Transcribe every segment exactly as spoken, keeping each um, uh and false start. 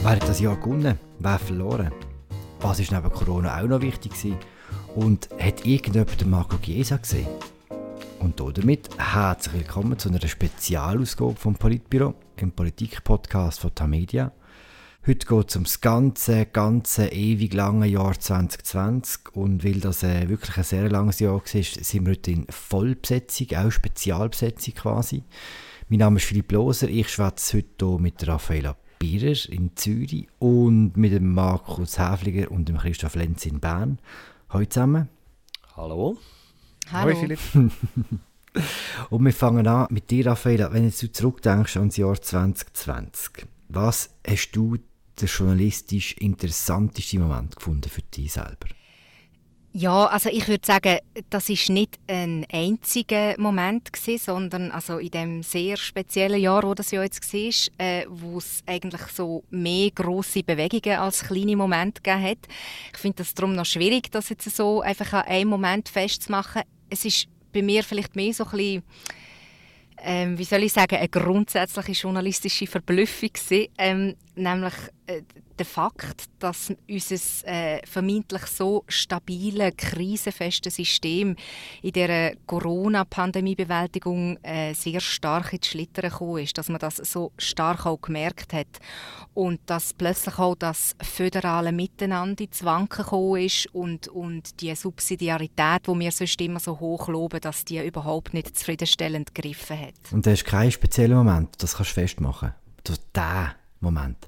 Wer hat das Jahr gewonnen? Wer verloren? Was ist neben Corona auch noch wichtig gewesen? Und hat irgendjemand den Marco Chiesa gesehen? Und damit herzlich willkommen zu einer Spezialausgabe vom Politbüro, im Politik-Podcast von Tamedia. Heute geht es um das ganze, ganze, ewig lange Jahr zwanzig zwanzig. Und weil das äh, wirklich ein sehr langes Jahr war, sind wir heute in Vollbesetzung, auch Spezialbesetzung quasi. Mein Name ist Philipp Loser, ich schwätze heute hier mit Raffaella Birrer in Zürich und mit dem Markus Häfliger und dem Christoph Lenz in Bern. Hallo zusammen. Hallo. Hallo Philipp. Und wir fangen an mit dir, Raffaella. Wenn du zurückdenkst an das Jahr zwanzig zwanzig, was hast du den journalistisch interessantesten Moment gefunden für dich selber? Ja, also ich würde sagen, das ist nicht ein einziger Moment gewesen, sondern also in dem sehr speziellen Jahr, wo das ja jetzt war, äh, wo es eigentlich so mehr grosse Bewegungen als kleine Momente gegeben hat. Ich finde das darum noch schwierig, das jetzt so einfach an einem Moment festzumachen. Es ist bei mir vielleicht mehr so ein bisschen, ähm, wie soll ich sagen, eine grundsätzliche journalistische Verblüffung gewesen, ähm, nämlich äh, der Fakt, dass unser äh, vermeintlich so stabile, krisenfeste System in dieser Corona-Pandemie-Bewältigung äh, sehr stark ins Schlittern gekommen ist, dass man das so stark auch gemerkt hat und dass plötzlich auch das föderale Miteinander ins Wanken gekommen ist und, und die Subsidiarität, die wir sonst immer so hoch loben, dass die überhaupt nicht zufriedenstellend gegriffen hat. Und das ist kein spezieller Moment, das kannst du festmachen. Das der Moment.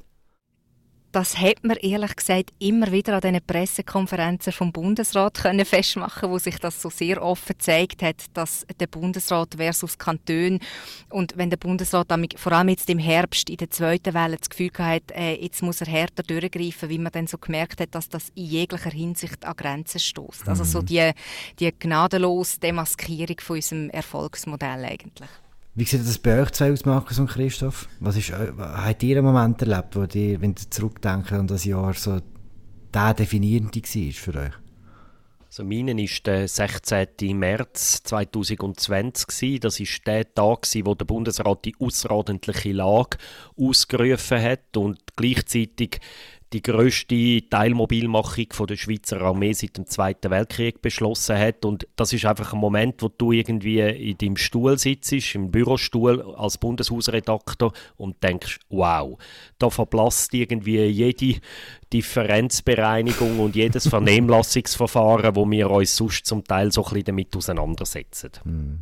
Das hat man ehrlich gesagt immer wieder an diesen Pressekonferenzen vom Bundesrat können festmachen, wo sich das so sehr offen gezeigt hat, dass der Bundesrat versus Kantone und wenn der Bundesrat vor allem jetzt im Herbst in der zweiten Welle das Gefühl hatte, äh, jetzt muss er härter durchgreifen, wie man dann so gemerkt hat, dass das in jeglicher Hinsicht an Grenzen stößt. Also so die, die gnadenlose Demaskierung von unserem Erfolgsmodell eigentlich. Wie sieht das bei euch zwei aus, Markus und Christoph? Was ist, habt ihr einen Moment erlebt, wo ihr, wenn ihr zurückdenkt an das Jahr, so der definierende war für euch? Also meinen war der sechzehnten März zweitausendzwanzig. Das war der Tag, wo der Bundesrat die außerordentliche Lage ausgerufen hat und gleichzeitig die grösste Teilmobilmachung von der Schweizer Armee seit dem Zweiten Weltkrieg beschlossen hat. Und das ist einfach ein Moment, wo du irgendwie in deinem Stuhl sitzt, im Bürostuhl als Bundeshausredakteur und denkst, wow, da verblasst irgendwie jede Differenzbereinigung und jedes Vernehmlassungsverfahren, wo wir uns sonst zum Teil so ein bisschen damit auseinandersetzen. Hm.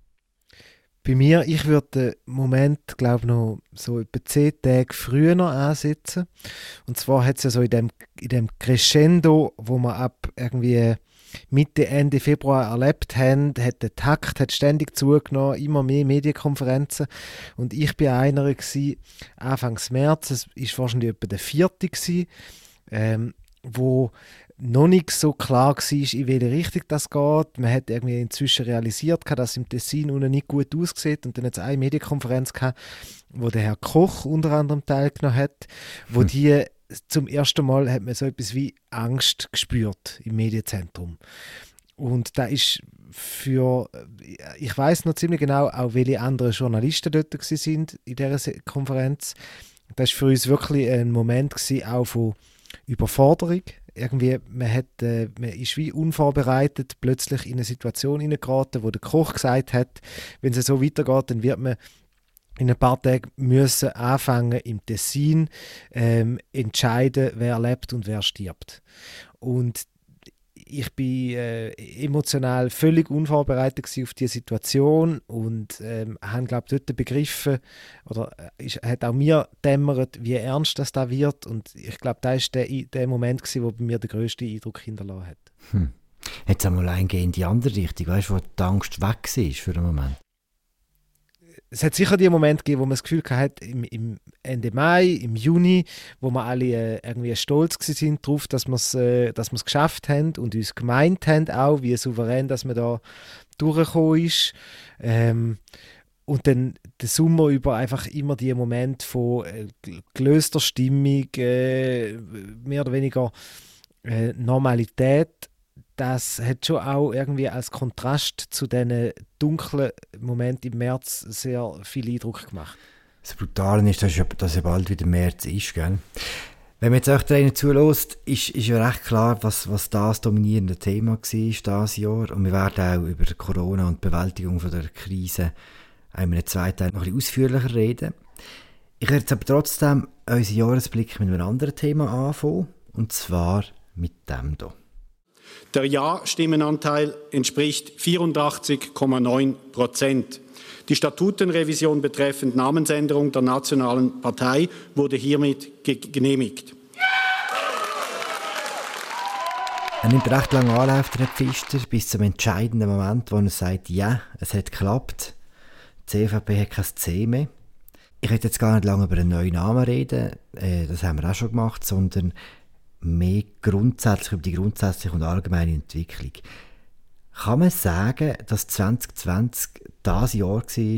Bei mir, ich würde den Moment, glaube ich, noch so etwa zehn Tage früher noch ansetzen. Und zwar hat es ja so in dem, in dem Crescendo, wo wir ab irgendwie Mitte, Ende Februar erlebt haben, hat der Takt hat ständig zugenommen, immer mehr Medienkonferenzen. Und ich war einer gewesen, Anfangs März, es war wahrscheinlich etwa der vierte gewesen, ähm, wo noch nicht so klar war, in welche Richtung das geht. Man hat irgendwie inzwischen realisiert, dass es im Tessin unten nicht gut aussieht. Und dann hat es eine Medienkonferenz gehabt, wo der Herr Koch unter anderem teilgenommen hat, wo hm. die zum ersten Mal hat man so etwas wie Angst gespürt im Medienzentrum. Und da ist für, ich weiß noch ziemlich genau, auch welche anderen Journalisten dort waren in dieser Konferenz. Das war für uns wirklich ein Moment gewesen, auch von Überforderung. Irgendwie, man, hat, äh, man ist wie unvorbereitet plötzlich in eine Situation hineingeraten, wo der Koch gesagt hat, wenn es so weitergeht, dann wird man in ein paar Tagen müssen anfangen im Tessin ähm, entscheiden, wer lebt und wer stirbt. Und ich bin äh, emotional völlig unvorbereitet auf diese Situation und ähm, habe, glaube ich, dort begriffen, oder äh, ist, hat auch mir dämmert, wie ernst das da wird. Und ich glaube, das war der, der Moment, der bei mir den grössten Eindruck hinterlassen hat. Hm. Hat es einmal eingehend in die andere Richtung, weißt du, wo die Angst weg war für einen Moment? Es hat sicher die Momente gegeben, wo man das Gefühl hatte, im, im Ende Mai, im Juni, wo wir alle äh, irgendwie stolz waren darauf, dass wir es äh, dass wir's geschafft haben und uns gemeint haben, auch wie souverän, dass man da durchgekommen ist. Ähm, und dann den Sommer über einfach immer die Momente von äh, gelöster Stimmung, äh, mehr oder weniger äh, Normalität. Das hat schon auch irgendwie als Kontrast zu diesen dunklen Momenten im März sehr viel Eindruck gemacht. Das Brutale ist, dass ja bald wieder März ist, gell? Wenn man jetzt auch einer zulässt, ist, ist ja recht klar, was, was das dominierende Thema war dieses Jahr. Und wir werden auch über Corona und die Bewältigung von der Krise in einem zweiten Teil noch ein bisschen ausführlicher reden. Ich werde jetzt aber trotzdem unseren Jahresblick mit einem anderen Thema anfangen, und zwar mit dem hier. Der Ja-Stimmenanteil entspricht vierundachtzig Komma neun Prozent. Die Statutenrevision betreffend Namensänderung der Nationalen Partei wurde hiermit ge- genehmigt. Er nimmt recht lange Anlauf, der Pfister, bis zum entscheidenden Moment, wo er sagt, ja, es hat geklappt. Die C V P hat kein C mehr. Ich möchte jetzt gar nicht lange über einen neuen Namen reden, äh, das haben wir auch schon gemacht, sondern mehr grundsätzlich über die grundsätzliche und allgemeine Entwicklung. Kann man sagen, dass zwanzig zwanzig das Jahr war,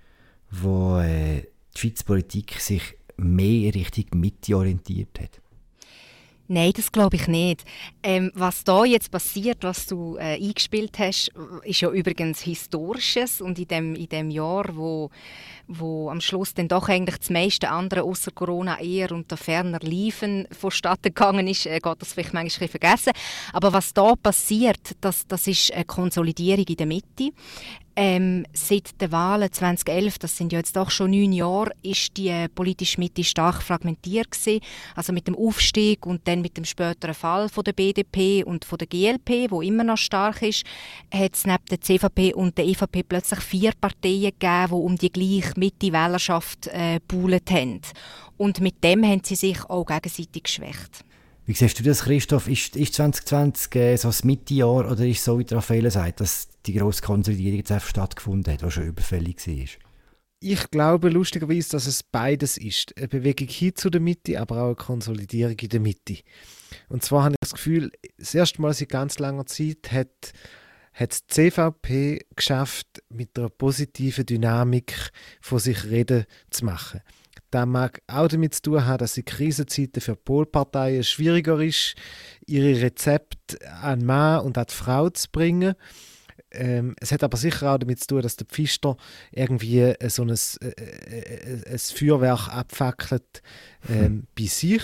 wo äh, die Schweizer Politik sich mehr Richtung Mitte orientiert hat? Nein, das glaube ich nicht. Ähm, was da jetzt passiert, was du äh, eingespielt hast, ist ja übrigens Historisches. Und in dem, in dem Jahr, wo, wo am Schluss dann doch eigentlich das meiste andere außer Corona eher unter ferner Liefen vonstatten gegangen ist, äh, geht das vielleicht manchmal ein bisschen vergessen. Aber was da passiert, das, das ist eine Konsolidierung in der Mitte. Ähm, seit den Wahlen zwanzig elf, das sind ja jetzt doch schon neun Jahre, ist die äh, politische Mitte stark fragmentiert gewesen. Also mit dem Aufstieg und dann mit dem späteren Fall von der B D P und von der G L P, wo immer noch stark ist, hat es neben der C V P und der E V P plötzlich vier Parteien gegeben, die um die gleiche Mitte-Wählerschaft äh, buhlet haben. Und mit dem haben sie sich auch gegenseitig geschwächt. Wie siehst du das, Christoph? Ist, ist zwanzig zwanzig äh, so das Mitte-Jahr oder ist es so, wie Raffaele sagt, dass die grosse Konsolidierung jetzt einfach stattgefunden hat, die schon überfällig war? Ich glaube lustigerweise, dass es beides ist. Eine Bewegung hin zu der Mitte, aber auch eine Konsolidierung in der Mitte. Und zwar habe ich das Gefühl, das erste Mal seit ganz langer Zeit hat, hat die C V P geschafft, mit einer positiven Dynamik von sich reden zu machen. Das mag auch damit zu tun haben, dass in Krisenzeiten für Polparteien schwieriger ist, ihre Rezepte an den Mann und an die Frau zu bringen. Ähm, es hat aber sicher auch damit zu tun, dass der Pfister irgendwie äh, so ein, äh, äh, ein Feuerwerk abfackelt ähm, hm. bei sich.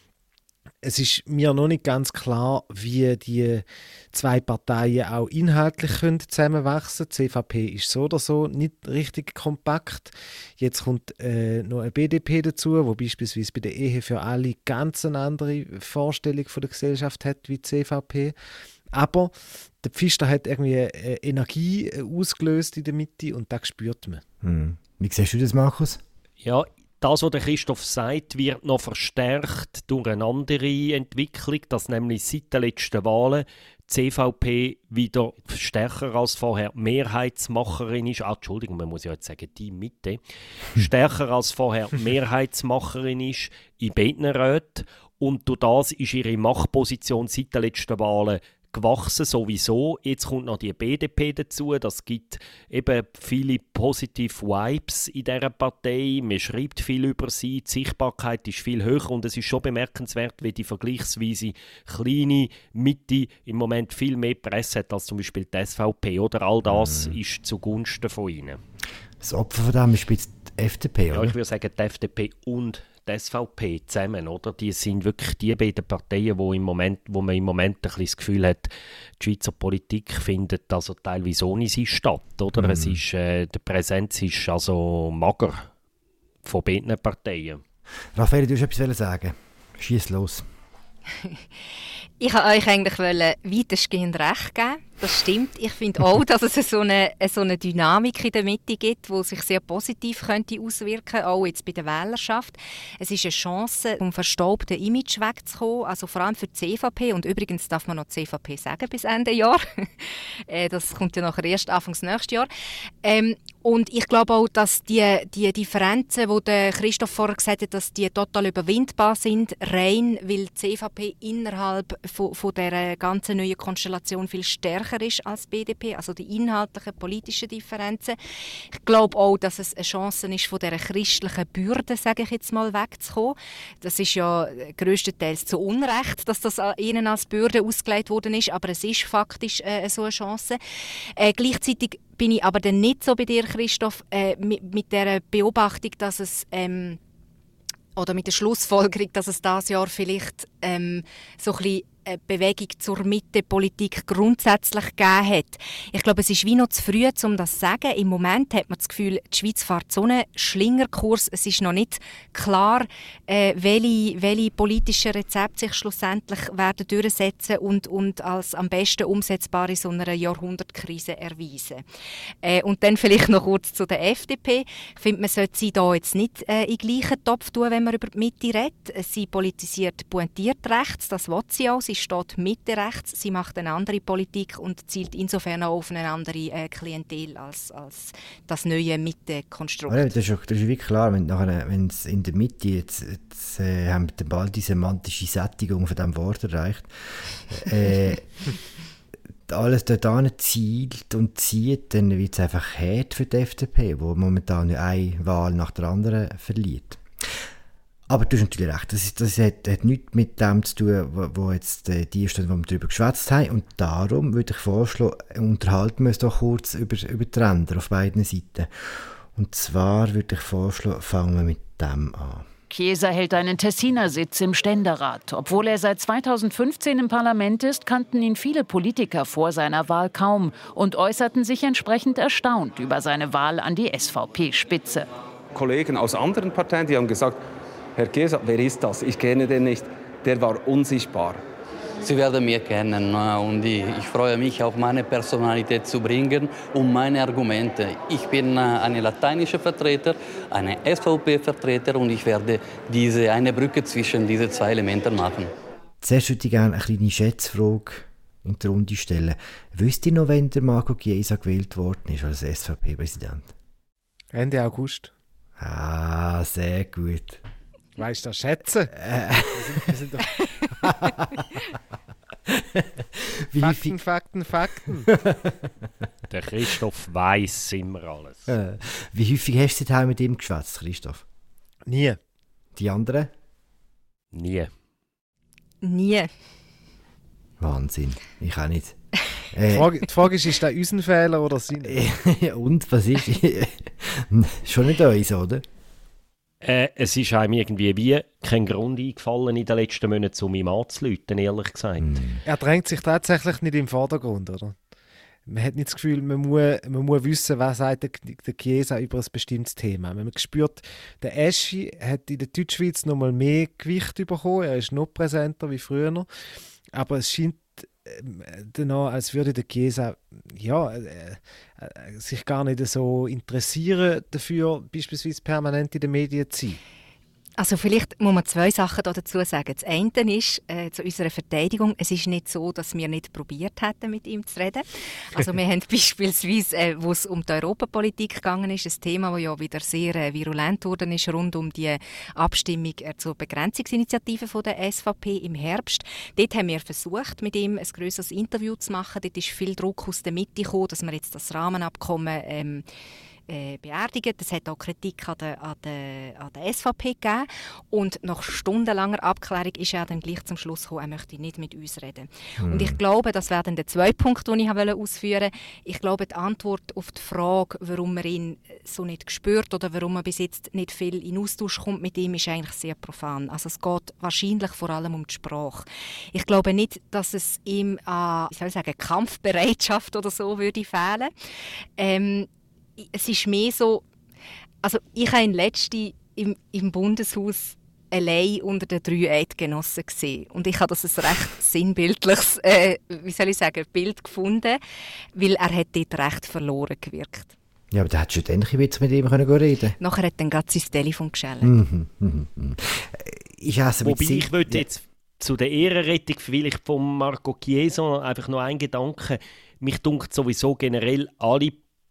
Es ist mir noch nicht ganz klar, wie die zwei Parteien auch inhaltlich können zusammenwachsen können. Die C V P ist so oder so nicht richtig kompakt. Jetzt kommt äh, noch eine B D P dazu, wo beispielsweise bei der Ehe für alle ganz eine andere Vorstellung von der Gesellschaft hat wie die C V P. Aber der Pfister hat irgendwie äh, Energie äh, ausgelöst in der Mitte und das spürt man. Hm. Wie siehst du das, Markus? Ja, das, was der Christoph sagt, wird noch verstärkt durch eine andere Entwicklung, dass nämlich seit den letzten Wahlen die C V P wieder stärker als vorher Mehrheitsmacherin ist. Ah, Entschuldigung, man muss ja jetzt sagen, die Mitte. Stärker als vorher Mehrheitsmacherin ist in beiden Räten. Und durch das ist ihre Machtposition seit den letzten Wahlen gewachsen, sowieso. Jetzt kommt noch die B D P dazu. Das gibt eben viele positive Vibes in dieser Partei. Man schreibt viel über sie, die Sichtbarkeit ist viel höher und es ist schon bemerkenswert, wie die vergleichsweise kleine Mitte im Moment viel mehr Presse hat als zum Beispiel die S V P. Oder all das mhm. ist zugunsten von ihnen. Das Opfer von dem ist jetzt die F D P, oder? Ja, ich würde sagen, die F D P und die S V P zusammen, oder? Die sind wirklich die beiden Parteien, wo, im Moment, wo man im Moment ein bisschen das Gefühl hat, die Schweizer Politik findet also teilweise ohne sie statt, oder? Mhm. Es ist, äh, die Präsenz ist also mager von beiden Parteien. Raffaele, du wolltest etwas sagen. Schieß los. Ich wollte euch eigentlich weitestgehend recht geben. Das stimmt. Ich finde auch, dass es so eine, so eine Dynamik in der Mitte gibt, die sich sehr positiv könnte auswirken könnte, auch jetzt bei der Wählerschaft. Es ist eine Chance, um verstaubten Image wegzukommen, also vor allem für die C V P. Und übrigens darf man noch C V P sagen bis Ende Jahr. Das kommt ja nachher erst Anfangs nächstes Jahr. Ähm, und ich glaube auch, dass die, die Differenzen, die der Christoph vorher gesagt hat, dass die total überwindbar sind, rein, weil die C V P innerhalb von, von dieser ganzen neuen Konstellation viel stärker ist als die B D P, also die inhaltlichen, politischen Differenzen. Ich glaube auch, dass es eine Chance ist, von dieser christlichen Bürde, sage ich jetzt mal, wegzukommen. Das ist ja grösstenteils zu Unrecht, dass das ihnen als Bürde ausgelegt worden ist, aber es ist faktisch äh, so eine Chance. Äh, gleichzeitig bin ich aber dann nicht so bei dir, Christoph, äh, mit, mit der Beobachtung, dass es ähm, oder mit der Schlussfolgerung, dass es dieses Jahr vielleicht ähm, so ein bisschen eine Bewegung zur Mitte-Politik grundsätzlich gegeben hat. Ich glaube, es ist wie noch zu früh, um das zu sagen. Im Moment hat man das Gefühl, die Schweiz fährt so einen Schlingerkurs. Es ist noch nicht klar, äh, welche, welche politischen Rezepte sich schlussendlich werden durchsetzen und, und als am besten umsetzbar in so einer Jahrhundertkrise erweisen. Äh, und dann vielleicht noch kurz zu der F D P. Ich finde, man sollte sie da jetzt nicht äh, in den gleichen Topf tun, wenn man über die Mitte redet. Sie politisiert pointiert rechts, das will sie auch. Sie steht Mitte rechts, sie macht eine andere Politik und zielt insofern auch auf eine andere äh, Klientel als, als das neue Mitte-Konstrukt. Ja, das, ist, das ist wirklich klar, wenn, nachher, wenn es in der Mitte jetzt, jetzt äh, haben wir bald die semantische Sättigung von diesem Wort erreicht, äh, alles dort zielt und zieht, dann wird es einfach hart für die F D P, die momentan eine Wahl nach der anderen verliert. Aber du hast natürlich recht, das, ist, das hat, hat nichts mit dem zu tun, wo, wo jetzt äh, die stehen, wo wir darüber geschwätzt haben. Und darum würde ich vorschlagen, unterhalten wir uns doch kurz über, über die Ränder auf beiden Seiten. Und zwar würde ich vorschlagen, fangen wir mit dem an. Chiesa hält einen Tessiner Sitz im Ständerat. Obwohl er seit zweitausendfünfzehn im Parlament ist, kannten ihn viele Politiker vor seiner Wahl kaum und äußerten sich entsprechend erstaunt über seine Wahl an die S V P-Spitze. Kollegen aus anderen Parteien, die haben gesagt, Herr Chiesa, wer ist das? Ich kenne den nicht. Der war unsichtbar. Sie werden mich kennen und ich freue mich, auch meine Personalität zu bringen und meine Argumente. Ich bin ein lateinischer Vertreter, ein S V P-Vertreter und ich werde diese, eine Brücke zwischen diesen zwei Elementen machen. Zuerst würde ich gerne eine kleine Schätzfrage in die Runde stellen. Wisst ihr noch, wann der Marco Chiesa gewählt worden ist als S V P-Präsident? Ende August. Ah, sehr gut. Weißt du das schätzen? Äh. Wir sind, wir sind Wie Fakten, Fakten, Fakten. Der Christoph weiss immer alles. Äh, wie häufig hast du seitdem mit ihm geschwätzt, Christoph? Nie. Die anderen? Nie. Nie. Wahnsinn. Ich auch nicht. Äh, die, Frage, die Frage ist, ist das unser Fehler oder sein? Und, was ist? Schon nicht uns, oder? Äh, es ist einem irgendwie wie kein Grund eingefallen in den letzten Monaten, um ihm anzuleiten, ehrlich gesagt. Mm. Er drängt sich tatsächlich nicht im Vordergrund, oder? Man hat nicht das Gefühl, man muss, man muss wissen, was sagt der, der Chiesa über ein bestimmtes Thema. Man spürt, der Eschi hat in der Deutschschweiz noch mal mehr Gewicht bekommen, er ist noch präsenter wie früher. Aber es scheint danach, als würde der Chiesa ja, äh, äh, sich gar nicht so interessieren dafür, beispielsweise permanent in den Medien zu sein. Also vielleicht muss man zwei Sachen dazu sagen. Das eine ist, äh, zu unserer Verteidigung, es ist nicht so, dass wir nicht probiert hätten, mit ihm zu reden. Also wir haben beispielsweise, äh, wo es um die Europapolitik gegangen ist, ein Thema, das ja wieder sehr äh, virulent geworden ist, rund um die Abstimmung äh, zur Begrenzungsinitiative von der S V P im Herbst. Dort haben wir versucht, mit ihm ein grösseres Interview zu machen. Dort ist viel Druck aus der Mitte gekommen, dass wir jetzt das Rahmenabkommen ähm, Äh, beerdigt. Es hat auch Kritik an der, an, der, an der S V P gegeben. Und nach stundenlanger Abklärung ist er dann gleich zum Schluss gekommen, er möchte nicht mit uns reden. Mhm. Und ich glaube, das wäre dann der zweite Punkt, den ich ausführen wollte. Ich glaube, die Antwort auf die Frage, warum man ihn so nicht spürt oder warum man bis jetzt nicht viel in Austausch kommt mit ihm, ist eigentlich sehr profan. Also es geht wahrscheinlich vor allem um die Sprache. Ich glaube nicht, dass es ihm an, wie soll ich sagen, Kampfbereitschaft oder so würde fehlen. Ähm, Es ist mehr so, also ich habe ihn letztens im, im Bundeshaus allein unter den drei Eidgenossen gesehen. Und ich habe das ein recht sinnbildliches, äh, wie soll ich sagen, Bild gefunden, weil er hat dort recht verloren gewirkt. Ja, aber da hättest du dann ein bisschen mit ihm reden können. Nachher hat dann gerade sein Telefon geschellt. Mhm, mhm, mhm. Ich also Wobei ich würde jetzt zu der Ehrenrettung vielleicht von Marco Chiesa einfach noch einen Gedanken. Mich dunkt sowieso generell alle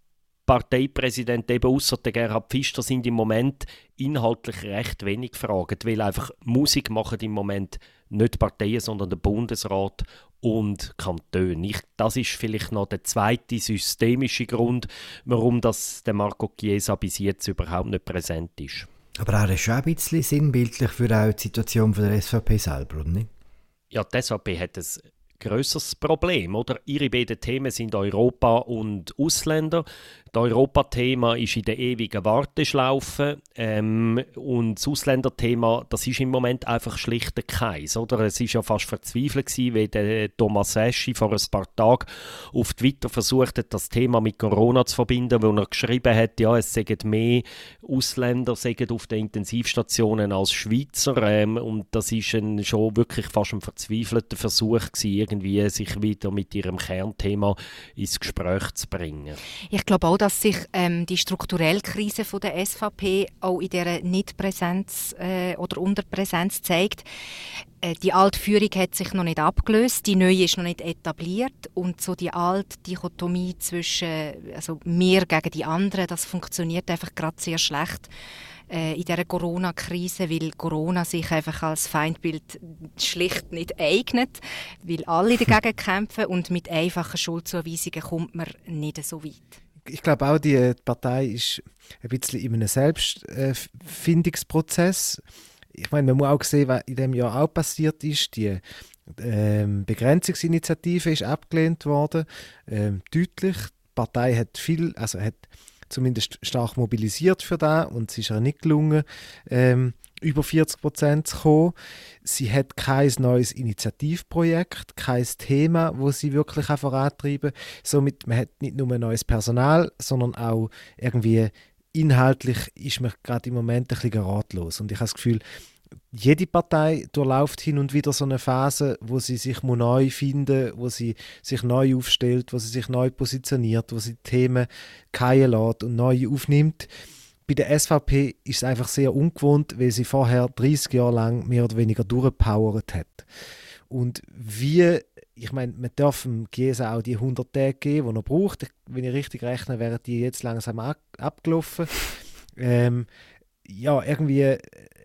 Parteipräsidenten, eben ausser der Gerhard Pfister, sind im Moment inhaltlich recht wenig gefragt, weil einfach Musik machen im Moment nicht Parteien, sondern der Bundesrat und Kantone. Ich, das ist vielleicht noch der zweite systemische Grund, warum das der Marco Chiesa bis jetzt überhaupt nicht präsent ist. Aber er ist schon ein bisschen sinnbildlich für auch die Situation von der S V P selber, oder nicht? Ja, die S V P hat ein grösseres Problem, oder? Ihre beiden Themen sind Europa und Ausländer. Das Europathema ist in der ewigen Warteschlaufe ähm, und das Ausländerthema, das ist im Moment einfach schlicht keins. Oder? Es war ja fast verzweifelt gewesen, wie der Thomas Eschi vor ein paar Tagen auf Twitter versucht hat, das Thema mit Corona zu verbinden, wo er geschrieben hat, ja, es seien mehr Ausländer seien auf den Intensivstationen als Schweizer. Ähm, und das ist ein, schon wirklich fast ein verzweifelter Versuch gewesen, irgendwie sich wieder mit ihrem Kernthema ins Gespräch zu bringen. Ich glaube auch, dass sich ähm, die strukturelle Krise von der S V P auch in dieser Nichtpräsenz äh, oder Unterpräsenz zeigt. Äh, die alte Führung hat sich noch nicht abgelöst, die neue ist noch nicht etabliert und so die alte Dichotomie zwischen also wir gegen die anderen, das funktioniert einfach gerade sehr schlecht äh, in dieser Corona-Krise, weil Corona sich einfach als Feindbild schlicht nicht eignet, weil alle dagegen kämpfen und mit einfachen Schuldzuweisungen kommt man nicht so weit. Ich glaube auch, die Partei ist ein bisschen in einem Selbstfindungsprozess. Ich meine, man muss auch sehen, was in diesem Jahr auch passiert ist. Die ähm, Begrenzungsinitiative ist abgelehnt worden, ähm, deutlich. Die Partei hat viel, also hat zumindest stark mobilisiert für das und es ist ihr nicht gelungen, ähm, über vierzig Prozent zu kommen. Sie hat kein neues Initiativprojekt, kein Thema, das sie wirklich vorantreiben kann. Somit man hat nicht nur neues Personal, sondern auch irgendwie inhaltlich ist man gerade im Moment ein bisschen ratlos. Und ich habe das Gefühl, jede Partei durchläuft hin und wieder so eine Phase, wo sie sich neu finden, wo sie sich neu aufstellt, wo sie sich neu positioniert, wo sie Themen fallen lässt und neu aufnimmt. Bei der S V P ist es einfach sehr ungewohnt, weil sie vorher dreißig Jahre lang mehr oder weniger durchgepowert hat. Und wie, ich meine, man darf dem Chiesa auch die hundert Tage geben, die er braucht. Wenn ich richtig rechne, wären die jetzt langsam ab- abgelaufen. Ähm, ja, irgendwie,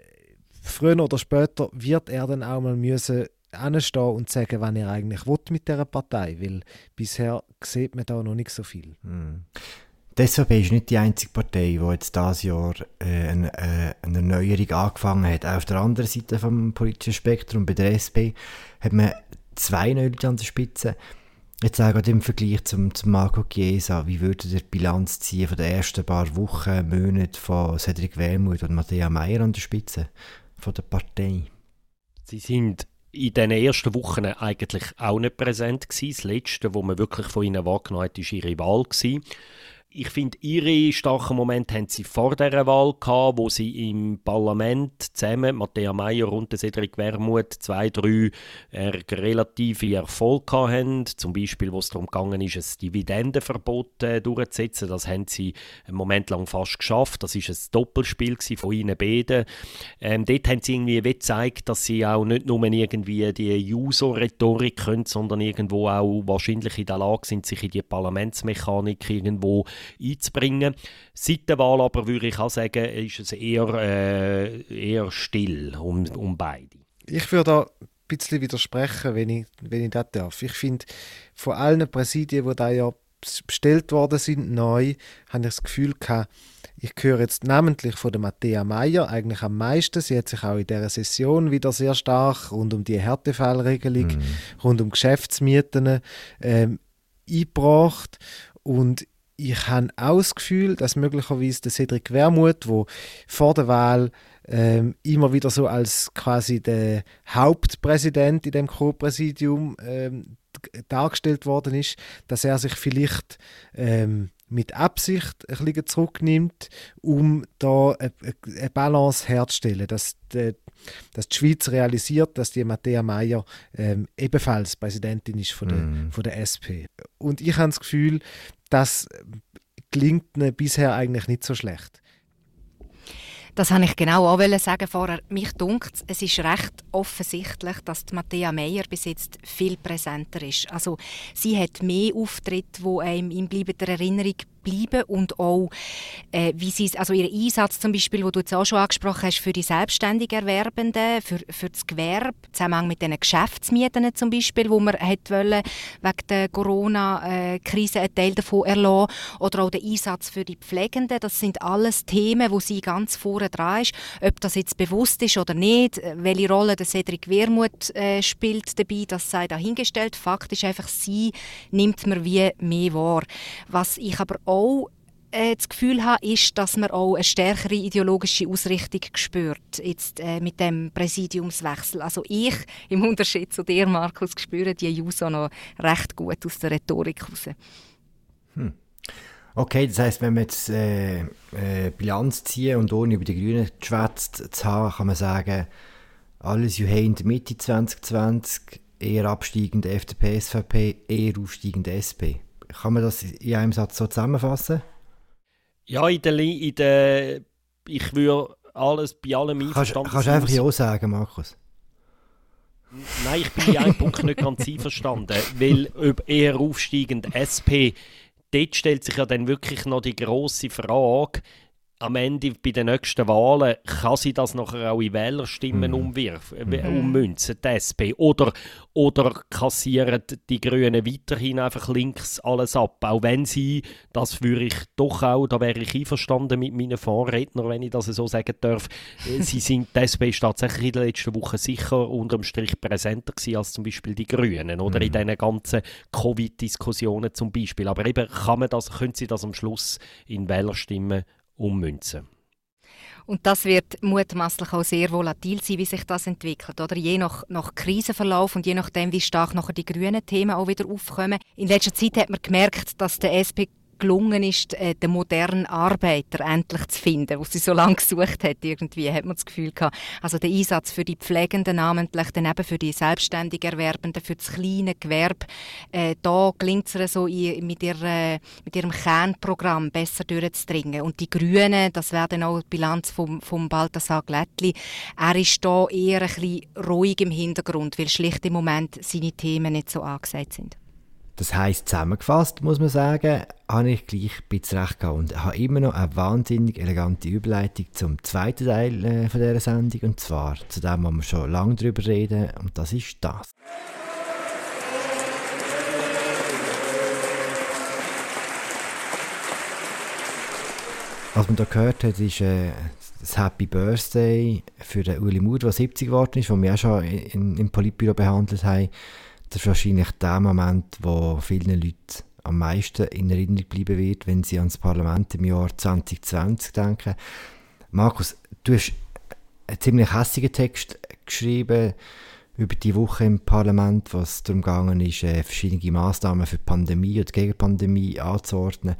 früher oder später wird er dann auch mal müssen hinstehen und sagen, was er eigentlich will mit dieser Partei, weil bisher sieht man da noch nicht so viel. Hm. Die S V P ist nicht die einzige Partei, die jetzt dieses Jahr äh, eine, äh, eine Erneuerung angefangen hat. Auch auf der anderen Seite des politischen Spektrums, bei der S P, hat man zwei neue Leute an der Spitze. Jetzt auch im Vergleich zum, zum Marco Chiesa, wie würde ihr die Bilanz ziehen von den ersten paar Wochen, Monaten von Cedric Wermuth und Matthäa Meier an der Spitze von der Partei? Sie sind in den ersten Wochen eigentlich auch nicht präsent gewesen. Das Letzte, was man wirklich von ihnen wahrgenommen hat, war ihre Wahl gewesen. Ich finde, ihre starken Momente haben sie vor dieser Wahl gehabt, wo sie im Parlament zusammen, Matthäa Meier und Cedric Wermuth, zwei, drei äh, relative Erfolge hatten. Zum Beispiel, wo es darum gegangen ist, ein Dividendenverbot äh, durchzusetzen. Das haben sie einen Moment lang fast geschafft. Das war ein Doppelspiel von ihnen beiden. Ähm, dort haben sie irgendwie gezeigt, dass sie auch nicht nur irgendwie die Juso-Rhetorik können, sondern irgendwo auch wahrscheinlich in der Lage sind, sich in die Parlamentsmechanik irgendwo einzubringen. Seit der Wahl aber würde ich auch sagen, ist es eher, äh, eher still um, um beide. Ich würde da ein bisschen widersprechen, wenn ich, wenn ich das darf. Ich finde, von allen Präsidien, die da ja bestellt worden sind, neu, habe ich das Gefühl gehabt, ich höre jetzt namentlich von der Matthäa Meier eigentlich am meisten. Sie hat sich auch in dieser Session wieder sehr stark rund um die Härtefallregelung, mhm. rund um Geschäftsmieten ähm, eingebracht. Und ich habe auch das Gefühl, dass möglicherweise der Cedric Wermuth, der vor der Wahl ähm, immer wieder so als quasi der Hauptpräsident in dem Co-Präsidium ähm, dargestellt worden ist, dass er sich vielleicht ähm, mit Absicht ein bisschen zurücknimmt, um da eine, eine Balance herzustellen, dass die, dass die Schweiz realisiert, dass die Matthäa Meier ähm, ebenfalls Präsidentin ist von der, mm. von der S P. Und ich habe das Gefühl, das klingt ihnen bisher eigentlich nicht so schlecht. Das wollte ich genau auch sagen vorher. Mich dunkt, es ist recht offensichtlich, dass die Matthäa Meier bis jetzt viel präsenter ist. Also, sie hat mehr Auftritte, die einem in bleibender Erinnerung bleiben und auch äh, wie sie also ihren Einsatz zum Beispiel, den du jetzt auch schon angesprochen hast, für die selbstständig Erwerbenden, für, für das Gewerbe, im Zusammenhang mit den Geschäftsmieten zum Beispiel, wo man hat wollen, wegen der Corona-Krise einen Teil davon erlassen, oder auch der Einsatz für die Pflegenden. Das sind alles Themen, wo sie ganz vorne dran ist. Ob das jetzt bewusst ist oder nicht, welche Rolle der Cedric Wermuth äh, spielt dabei, das sei dahingestellt. Fakt ist einfach, sie nimmt man wie mehr wahr. Was ich aber auch äh, das Gefühl habe, ist, dass man auch eine stärkere ideologische Ausrichtung spürt, jetzt äh, mit dem Präsidiumswechsel. Also ich, im Unterschied zu dir, Markus, spüre die Juso noch recht gut aus der Rhetorik heraus. Hm. Okay, das heisst, wenn wir jetzt äh, äh, Bilanz ziehen und ohne über die Grünen geschwätzt zu haben, kann man sagen, alles Juhei in der Mitte zwanzig zwanzig, eher absteigende F D P, S V P, eher aufsteigende S P. Kann man das in einem Satz so zusammenfassen? Ja, in der, in der ich würde alles bei allem einverstanden Kannst du einfach ja sagen, Markus? Nein, ich bin in einem Punkt nicht ganz einverstanden, weil eher aufsteigend S P, dort stellt sich ja dann wirklich noch die grosse Frage, am Ende bei den nächsten Wahlen, kann sie das nachher auch in Wählerstimmen mm. umwirfen, mm. ummünzen, die S P? Oder, oder kassieren die Grünen weiterhin einfach links alles ab? Auch wenn sie, das würde ich doch auch, da wäre ich einverstanden mit meinen Vorrednern, wenn ich das so sagen darf, sie sind, die S P ist tatsächlich in den letzten Wochen sicher unterm Strich präsenter gewesen als zum Beispiel die Grünen oder mm. in diesen ganzen Covid-Diskussionen zum Beispiel. Aber eben, kann man das, können sie das am Schluss in Wählerstimmen ummünzen. Und das wird mutmaßlich auch sehr volatil sein, wie sich das entwickelt. Oder? Je nach, nach Krisenverlauf und je nachdem, wie stark nachher die grünen Themen auch wieder aufkommen. In letzter Zeit hat man gemerkt, dass der S P gelungen ist, den modernen Arbeiter endlich zu finden, was sie so lange gesucht hat. Irgendwie hat man das Gefühl gehabt. Also der Einsatz für die Pflegenden, namentlich dann eben für die selbstständig Erwerbenden, für das kleine Gewerbe, äh, da gelingt es ihr so mit, ihrer, mit ihrem Kernprogramm besser durchzudringen. Und die Grünen, das wäre dann auch die Bilanz vom, vom Balthasar Glättli, er ist da eher ein bisschen ruhig im Hintergrund, weil schlicht im Moment seine Themen nicht so angesagt sind. Das heisst, zusammengefasst, muss man sagen, habe ich gleich ein bisschen recht gehabt und habe immer noch eine wahnsinnig elegante Überleitung zum zweiten Teil äh, von dieser Sendung, und zwar zu dem, wo wir schon lange darüber reden, und das ist das. Was man da gehört hat, ist äh, das Happy Birthday für den Uli Maurer, der siebzig geworden ist, den wir auch schon in, im Politbüro behandelt haben. Das ist wahrscheinlich der Moment, wo vielen Leuten am meisten in Erinnerung bleiben wird, wenn sie ans Parlament im Jahr zwanzig zwanzig denken. Markus, du hast einen ziemlich hässigen Text geschrieben über die Woche im Parlament, wo es darum gegangen ist, verschiedene Massnahmen für die Pandemie oder gegen die Pandemie anzuordnen.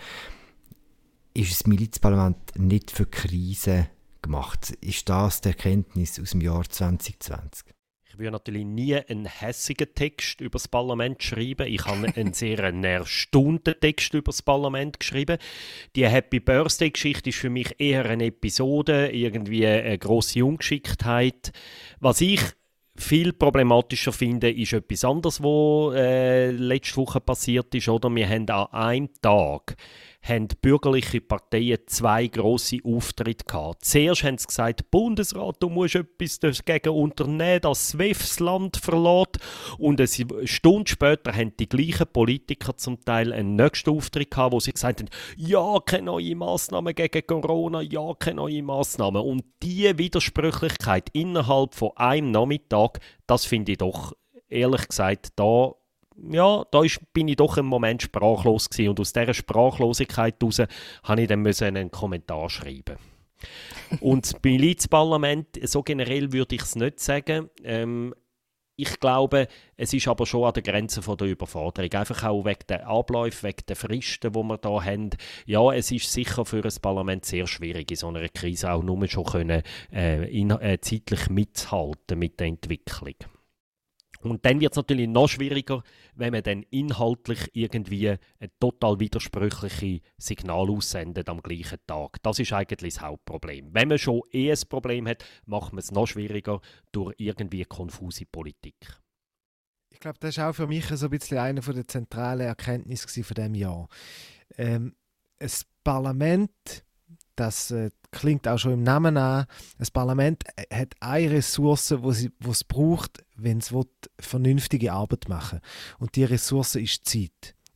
Ist das Milizparlament nicht für Krisen gemacht? Ist das die Erkenntnis aus dem Jahr zwanzig zwanzig? Ich würde natürlich nie einen hässigen Text über das Parlament schreiben. Ich habe einen sehr erstaunten Text über das Parlament geschrieben. Die Happy Birthday-Geschichte ist für mich eher eine Episode, irgendwie eine grosse Ungeschicktheit. Was ich viel problematischer finde, ist etwas anderes, was äh, letzte Woche passiert ist. Oder? Wir haben an einem Tag haben bürgerliche Parteien zwei grosse Auftritte gehabt. Zuerst haben sie gesagt, Bundesrat, du musst etwas dagegen unternehmen, dass S W I F das Land verlässt. Und eine Stunde später haben die gleichen Politiker zum Teil einen nächsten Auftritt gehabt, wo sie gesagt haben, ja, keine neuen Massnahmen gegen Corona, ja, keine neuen Massnahmen. Und diese Widersprüchlichkeit innerhalb von einem Nachmittag, das finde ich doch, ehrlich gesagt, da Ja, da ist, bin ich doch im Moment sprachlos gewesen. Und aus dieser Sprachlosigkeit heraus musste ich dann einen Kommentar schreiben. Und das Milizparlament, so generell würde ich es nicht sagen. Ähm, ich glaube, es ist aber schon an der Grenze von der Überforderung. Einfach auch wegen der Abläufe, wegen der Fristen, die wir da haben. Ja, es ist sicher für ein Parlament sehr schwierig, in so einer Krise auch nur schon können, äh, in, äh, zeitlich mitzuhalten mit der Entwicklung. Und dann wird es natürlich noch schwieriger, wenn man dann inhaltlich irgendwie ein total widersprüchliches Signal aussendet am gleichen Tag. Das ist eigentlich das Hauptproblem. Wenn man schon eh ein Problem hat, macht man es noch schwieriger durch irgendwie konfuse Politik. Ich glaube, das ist auch für mich so ein bisschen eine der zentralen Erkenntnisse von diesem Jahr. Ähm, ein Parlament, das äh, klingt auch schon im Namen an, ein Parlament hat eine Ressource, die es braucht, wenn es vernünftige Arbeit machen will. Und diese Ressource ist Zeit.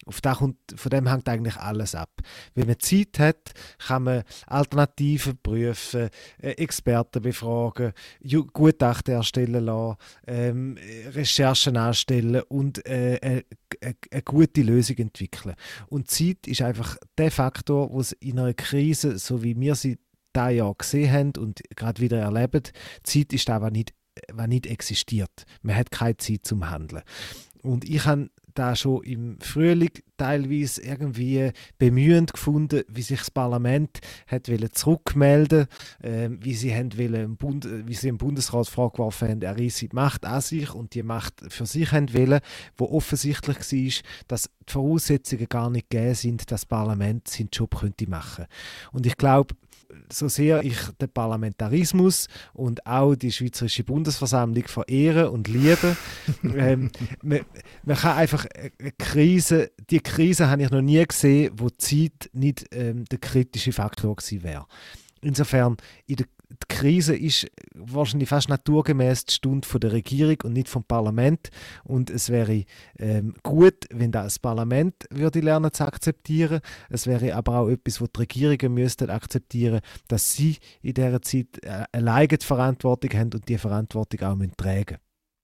Auf das kommt, von dem hängt eigentlich alles ab. Wenn man Zeit hat, kann man Alternativen prüfen, äh, Experten befragen, Ju- Gutachten erstellen lassen, ähm, Recherchen anstellen und äh, eine, eine, eine gute Lösung entwickeln. Und Zeit ist einfach der Faktor, wo es in einer Krise, so wie wir sie dieses Jahr gesehen haben und gerade wieder erleben, Zeit ist das, was nicht, was nicht existiert. Man hat keine Zeit zum Handeln. Und ich habe da schon im Frühling teilweise irgendwie bemühend gefunden, wie sich das Parlament hat zurückmelden wollte, äh, wie sie haben wollen, im Bund, wie sie im Bundesrat vorgeworfen haben, er reisse die Macht an sich und die Macht für sich haben wollen, wo offensichtlich war, dass die Voraussetzungen gar nicht gegeben sind, dass das Parlament seinen Job könnte machen. Und ich glaube, so sehr ich den Parlamentarismus und auch die Schweizerische Bundesversammlung verehre und liebe, ähm, man, man kann einfach eine Krise, die Krise habe ich noch nie gesehen, wo die Zeit nicht ähm, der kritische Faktor gewesen wäre. Insofern, in der die Krise ist wahrscheinlich fast naturgemäß die Stunde von der Regierung und nicht vom Parlament. Und es wäre ähm, gut, wenn das Parlament würde lernen zu akzeptieren. Es wäre aber auch etwas, wo die Regierungen müssten akzeptieren, dass sie in dieser Zeit äh, alleine die Verantwortung haben und die Verantwortung auch müssen tragen.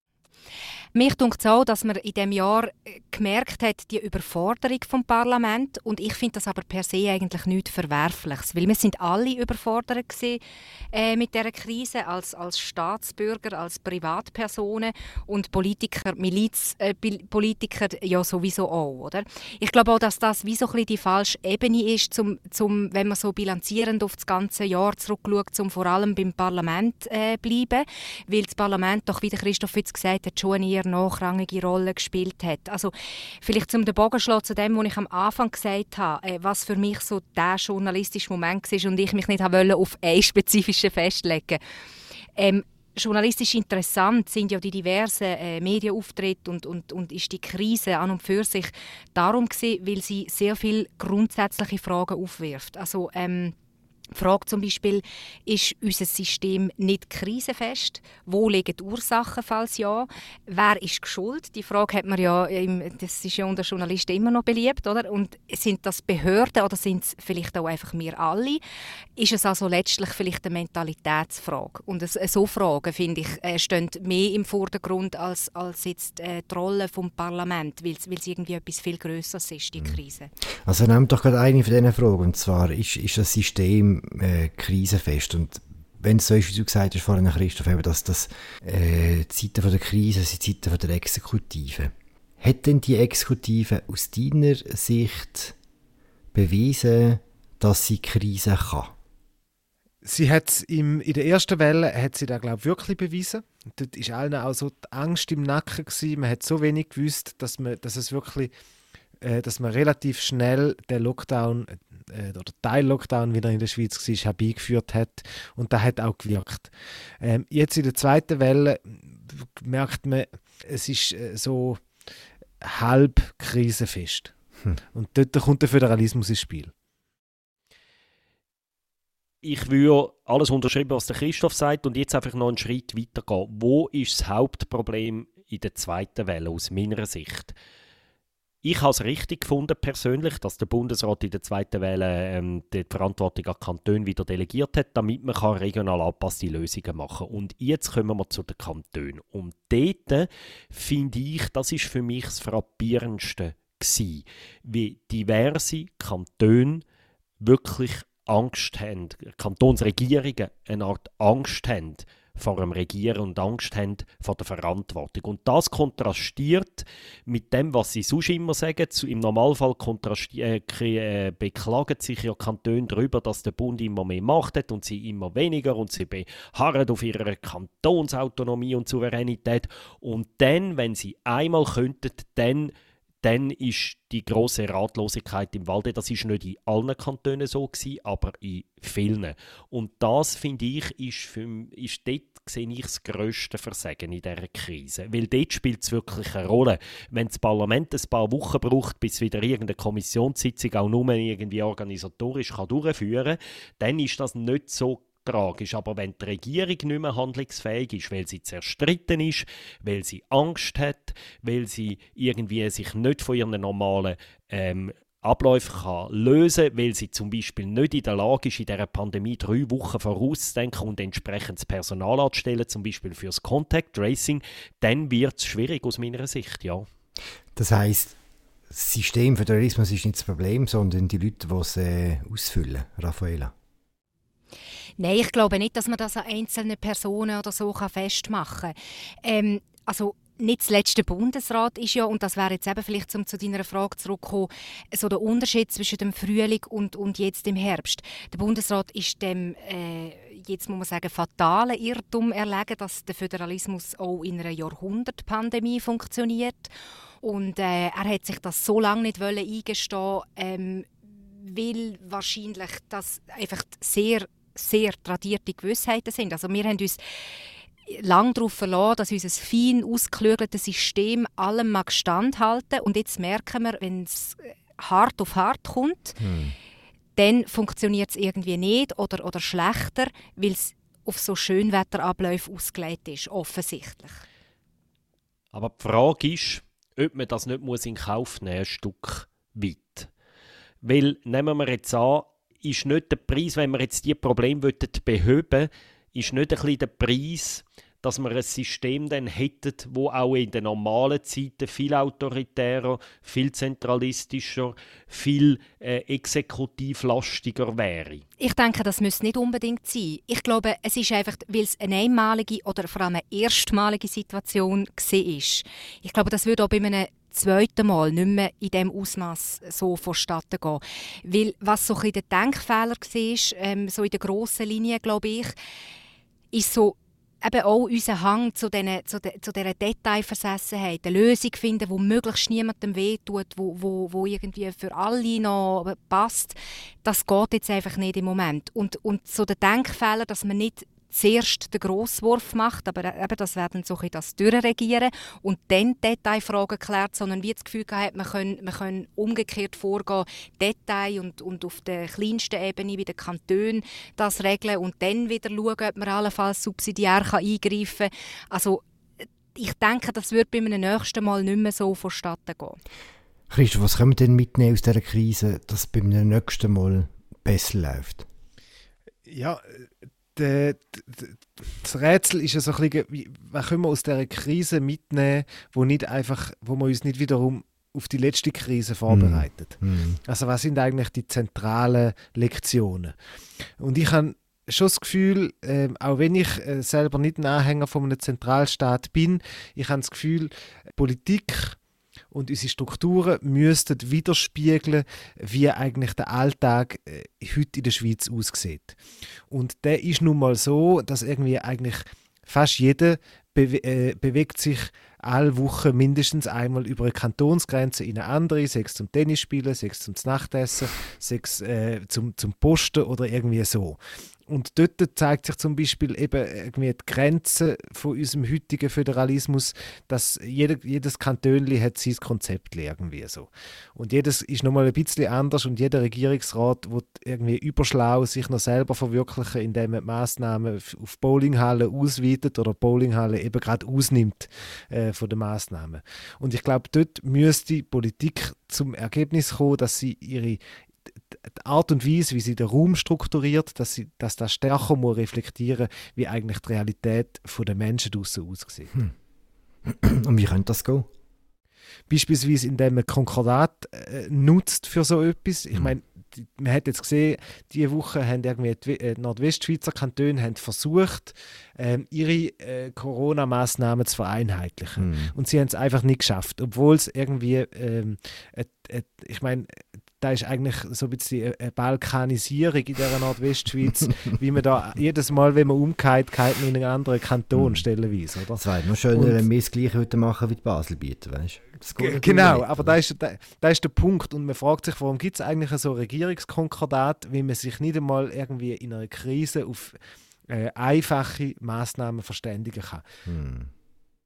Mich dunkt es auch, dass man in diesem Jahr gemerkt hat, die Überforderung vom Parlament. Und ich finde das aber per se eigentlich nichts Verwerfliches. Weil wir sind alle überfordert gewesen, äh, mit dieser Krise, als, als Staatsbürger, als Privatpersonen und Politiker, Milizpolitiker äh, ja sowieso auch. Oder? Ich glaube auch, dass das wie so ein bisschen die falsche Ebene ist, zum, zum, wenn man so bilanzierend auf das ganze Jahr zurückschaut, um vor allem beim Parlament zu äh, bleiben. Weil das Parlament doch, wie der Christoph jetzt gesagt hat, schon eine eher nachrangige Rolle gespielt hat. Also vielleicht zum den Bogen schlagen zu dem, was ich am Anfang gesagt habe, äh, was für mich so der journalistische Moment war und ich mich nicht wollte auf einen spezifischen festlegen. Ähm, journalistisch interessant sind ja die diversen äh, Medienauftritte und, und, und ist die Krise an und für sich darum gewesen, weil sie sehr viele grundsätzliche Fragen aufwirft. Also ähm, die Frage zum Beispiel, ist unser System nicht krisenfest? Wo liegen die Ursachen, falls ja? Wer ist schuld? Die Frage hat man ja, das ist ja unter Journalisten immer noch beliebt, oder? Und sind das Behörden oder sind es vielleicht auch einfach wir alle? Ist es also letztlich vielleicht eine Mentalitätsfrage? Und so Fragen, finde ich, stehen mehr im Vordergrund als, als jetzt die Rolle des Parlaments, weil es irgendwie etwas viel Grösseres ist, die Krise. Also nehmt doch gerade eine von diesen Fragen, und zwar, ist, ist das System Äh, krisenfest. Und wenn es so ist, wie du gesagt hast vorhin, Christoph, eben, dass das äh, die Zeiten von der Krise sind, die Zeiten von der Exekutive. Hat denn die Exekutive aus deiner Sicht bewiesen, dass sie Krise kann? Sie hat in der ersten Welle hat sie das, glaube ich, wirklich bewiesen. Dort war allen auch so die Angst im Nacken gewesen. Man hat so wenig gewusst, dass, man, dass es wirklich äh, dass man relativ schnell den Lockdown äh, oder Teil-Lockdown, wie er in der Schweiz war, herbeigeführt hat. Und das hat auch gewirkt. Ähm, jetzt in der zweiten Welle merkt man, es ist äh, so halb krisenfest. Hm. Und dort kommt der Föderalismus ins Spiel. Ich würde alles unterschreiben, was der Christoph sagt, und jetzt einfach noch einen Schritt weitergehen. Wo ist das Hauptproblem in der zweiten Welle aus meiner Sicht? Ich habe es richtig gefunden persönlich, dass der Bundesrat in der zweiten Welle ähm, die Verantwortung an die Kantone wieder delegiert hat, damit man kann regional angepasste Lösungen machen kann. Und jetzt kommen wir zu den Kantonen. Und dort finde ich, das ist für mich das Frappierendste gewesen, wie diverse Kantone wirklich Angst haben, Kantonsregierungen eine Art Angst haben vor dem Regieren und Angst haben vor der Verantwortung. Und das kontrastiert mit dem, was sie sonst immer sagen. Im Normalfall äh, äh, beklagen sich ja Kantone darüber, dass der Bund immer mehr Macht hat und sie immer weniger und sie beharren auf ihrer Kantonsautonomie und Souveränität. Und dann, wenn sie einmal könnten, dann dann ist die grosse Ratlosigkeit im Walde. Das ist nicht in allen Kantonen so gewesen, aber in vielen. Und das, finde ich, ist, für, ist dort, sehe ich, das grösste Versagen in dieser Krise. Weil dort spielt es wirklich eine Rolle. Wenn das Parlament ein paar Wochen braucht, bis wieder irgendeine Kommissionssitzung auch nur irgendwie organisatorisch kann durchführen kann, dann ist das nicht so tragisch. Aber wenn die Regierung nicht mehr handlungsfähig ist, weil sie zerstritten ist, weil sie Angst hat, weil sie irgendwie sich nicht von ihren normalen ähm, Abläufe kann lösen kann, weil sie zum Beispiel nicht in der Lage ist, in dieser Pandemie drei Wochen vorauszudenken und entsprechendes Personal anzustellen, zum Beispiel fürs Contact Tracing, dann wird es schwierig aus meiner Sicht, ja. Das heisst, Systemföderalismus ist nicht das Problem, sondern die Leute, die es äh, ausfüllen. Raffaella? Nein, ich glaube nicht, dass man das an einzelnen Personen oder so festmachen kann. Ähm, also nicht zuletzt der Bundesrat ist ja, und das wäre jetzt eben vielleicht, um zu deiner Frage zurückzukommen, so der Unterschied zwischen dem Frühling und, und jetzt im Herbst. Der Bundesrat ist dem, äh, jetzt muss man sagen, fatalen Irrtum erlegen, dass der Föderalismus auch in einer Jahrhundertpandemie funktioniert. Und äh, er hat sich das so lange nicht eingestehen, ähm, weil wahrscheinlich das einfach sehr, sehr tradierte Gewissheiten sind. Also wir haben uns lange darauf verlassen, dass unser fein ausgeklügeltes System allem mag standhalten. Und jetzt merken wir, wenn es hart auf hart kommt, hm. dann funktioniert es irgendwie nicht oder, oder schlechter, weil es auf so Schönwetterabläufe ausgelegt ist, offensichtlich. Aber die Frage ist, ob man das nicht muss in Kauf nehmen muss, ein Stück weit. Weil, nehmen wir jetzt an, ist nicht der Preis, wenn wir jetzt diese Probleme behöben wollen, ist nicht ein bisschen der Preis, dass wir ein System dann hätten, das auch in den normalen Zeiten viel autoritärer, viel zentralistischer, viel äh, exekutivlastiger wäre? Ich denke, das müsste nicht unbedingt sein. Ich glaube, es ist einfach, weil es eine einmalige oder vor allem eine erstmalige Situation war. Ich glaube, das würde auch bei einem zweiten Mal nicht mehr in diesem Ausmaß so vonstatten gehen. Weil was so ein bisschen der Denkfehler war, ähm, so in der grossen Linie, glaube ich, ist so eben auch unser Hang zu, den, zu, de, zu dieser Detailversessenheit, eine Lösung finden, die möglichst niemandem wehtut, wo, wo, wo irgendwie für alle noch passt. Das geht jetzt einfach nicht im Moment. Und, und so der Denkfehler, dass man nicht zuerst den Grosswurf macht, aber eben das werden so ein das Durchregieren und dann die Detailfragen klärt, sondern wie das Gefühl hat, man kann, man kann umgekehrt vorgehen, Detail und, und auf der kleinsten Ebene wie der Kanton das regeln und dann wieder schauen, ob man allenfalls subsidiär kann eingreifen kann. Also ich denke, das wird bei einem nächsten Mal nicht mehr so vonstatten gehen. Christoph, was können wir denn mitnehmen aus dieser Krise, dass es beim nächsten Mal besser läuft? Ja, das Rätsel ist ja so ein bisschen, was können wir aus dieser Krise mitnehmen, wo, nicht einfach, wo man uns nicht wiederum auf die letzte Krise vorbereitet. Mm. Also was sind eigentlich die zentralen Lektionen? Und ich habe schon das Gefühl, äh, auch wenn ich äh, selber nicht ein Anhänger von einem Zentralstaat bin, ich habe das Gefühl, Politik und unsere Strukturen müssten widerspiegeln, wie eigentlich der Alltag äh, heute in der Schweiz aussieht. Und der ist nun mal so, dass irgendwie eigentlich fast jeder bewe- äh, bewegt sich alle Wochen mindestens einmal über eine Kantonsgrenze in eine andere, sei es zum Tennisspielen, sei es zum Nachtessen, sei es äh, zum, zum Posten oder irgendwie so. Und dort zeigt sich zum Beispiel eben irgendwie die Grenze von unserem heutigen Föderalismus, dass jeder, jedes Kantönli hat sein Konzept irgendwie so. Und jedes ist nochmal ein bisschen anders und jeder Regierungsrat will irgendwie überschlau sich noch selber verwirklichen, indem er Massnahmen auf Bowlinghallen ausweitet oder Bowlinghallen eben gerade ausnimmt äh, von den Massnahmen. Und ich glaube, dort müsste die Politik zum Ergebnis kommen, dass sie ihre die Art und Weise, wie sie den Raum strukturiert, dass, sie, dass das stärker muss reflektieren, wie eigentlich die Realität der Menschen draussen aussieht. Hm. Und wie könnte das gehen? Beispielsweise, indem man Konkordat äh, nutzt für so etwas. Ich meine, man hat jetzt gesehen, diese Woche haben irgendwie die äh, Nordwestschweizer Kantone haben versucht, ähm, ihre äh, Corona-Massnahmen zu vereinheitlichen. Mhm. Und sie haben es einfach nicht geschafft, obwohl es irgendwie, ähm, äh, äh, ich meine, da ist eigentlich so ein bisschen eine Balkanisierung in dieser Nordwestschweiz, wie man da jedes Mal, wenn man umgeht, geht man in einen anderen Kanton, mhm. stellenweise, oder? Es wäre noch schöner, wenn wir das Gleiche heute machen wie die Basel bieten, weißt du? Genau, aber da ist, da, da ist der Punkt und man fragt sich, warum gibt es eigentlich so Regierungskonkordat, wenn man sich nicht einmal irgendwie in einer Krise auf äh, einfache Massnahmen verständigen kann. Mhm.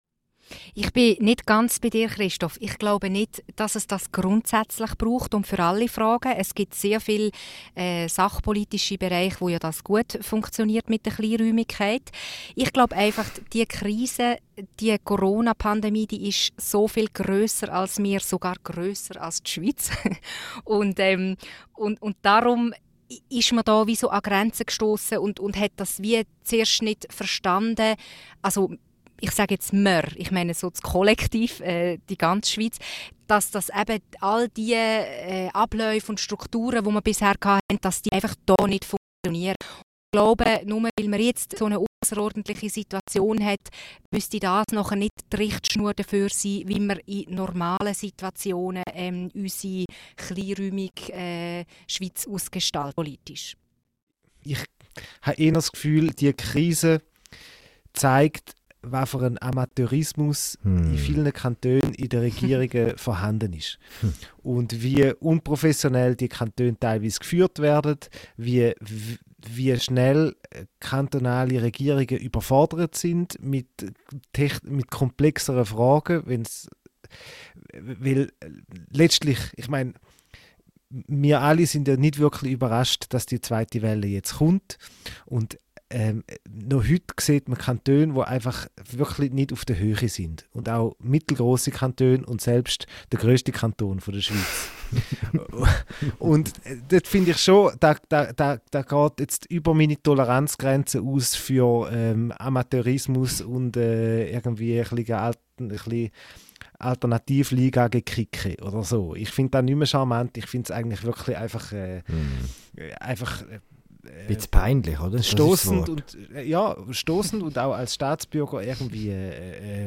Ich bin nicht ganz bei dir, Christoph. Ich glaube nicht, dass es das grundsätzlich braucht und für alle Fragen. Es gibt sehr viele äh, sachpolitische Bereiche, wo ja das gut funktioniert mit der Kleinräumigkeit. Ich glaube einfach, die Krise, die Corona-Pandemie, die ist so viel grösser als wir, sogar grösser als die Schweiz. und, ähm, und, und darum ist man da wie so an Grenzen gestoßen und, und hat das wie zuerst nicht verstanden. Also ich sage jetzt «mer», ich meine so das Kollektiv, äh, die ganze Schweiz, dass das eben all die äh, Abläufe und Strukturen, die wir bisher hatten, dass die einfach da nicht funktionieren. Ich glaube, nur weil man jetzt so eine außerordentliche Situation hat, müsste das nachher nicht die Richtschnur dafür sein, wie wir in normalen Situationen ähm, unsere kleinräumige äh, Schweiz ausgestalten, politisch. Ich habe eher das Gefühl, die Krise zeigt, was für ein Amateurismus hm. in vielen Kantonen in den Regierungen vorhanden ist. Hm. Und wie unprofessionell die Kantone teilweise geführt werden, wie, wie schnell kantonale Regierungen überfordert sind mit, mit komplexeren Fragen, wenn's, weil letztlich, ich meine, wir alle sind ja nicht wirklich überrascht, dass die zweite Welle jetzt kommt und Ähm, noch heute sieht man Kantone, die einfach wirklich nicht auf der Höhe sind. Und auch mittelgroße Kantone und selbst der grösste Kanton von der Schweiz. Und äh, das finde ich schon, da, da, da, da geht jetzt über meine Toleranzgrenze aus für ähm, Amateurismus und äh, irgendwie ein bisschen, ein bisschen Alternativliga-Gekicke oder so. Ich finde das nicht mehr charmant. Ich finde es eigentlich wirklich einfach äh, mm. einfach äh, ein bisschen peinlich, oder? Stoßend und, äh, ja, stoßend und auch als Staatsbürger irgendwie äh, äh,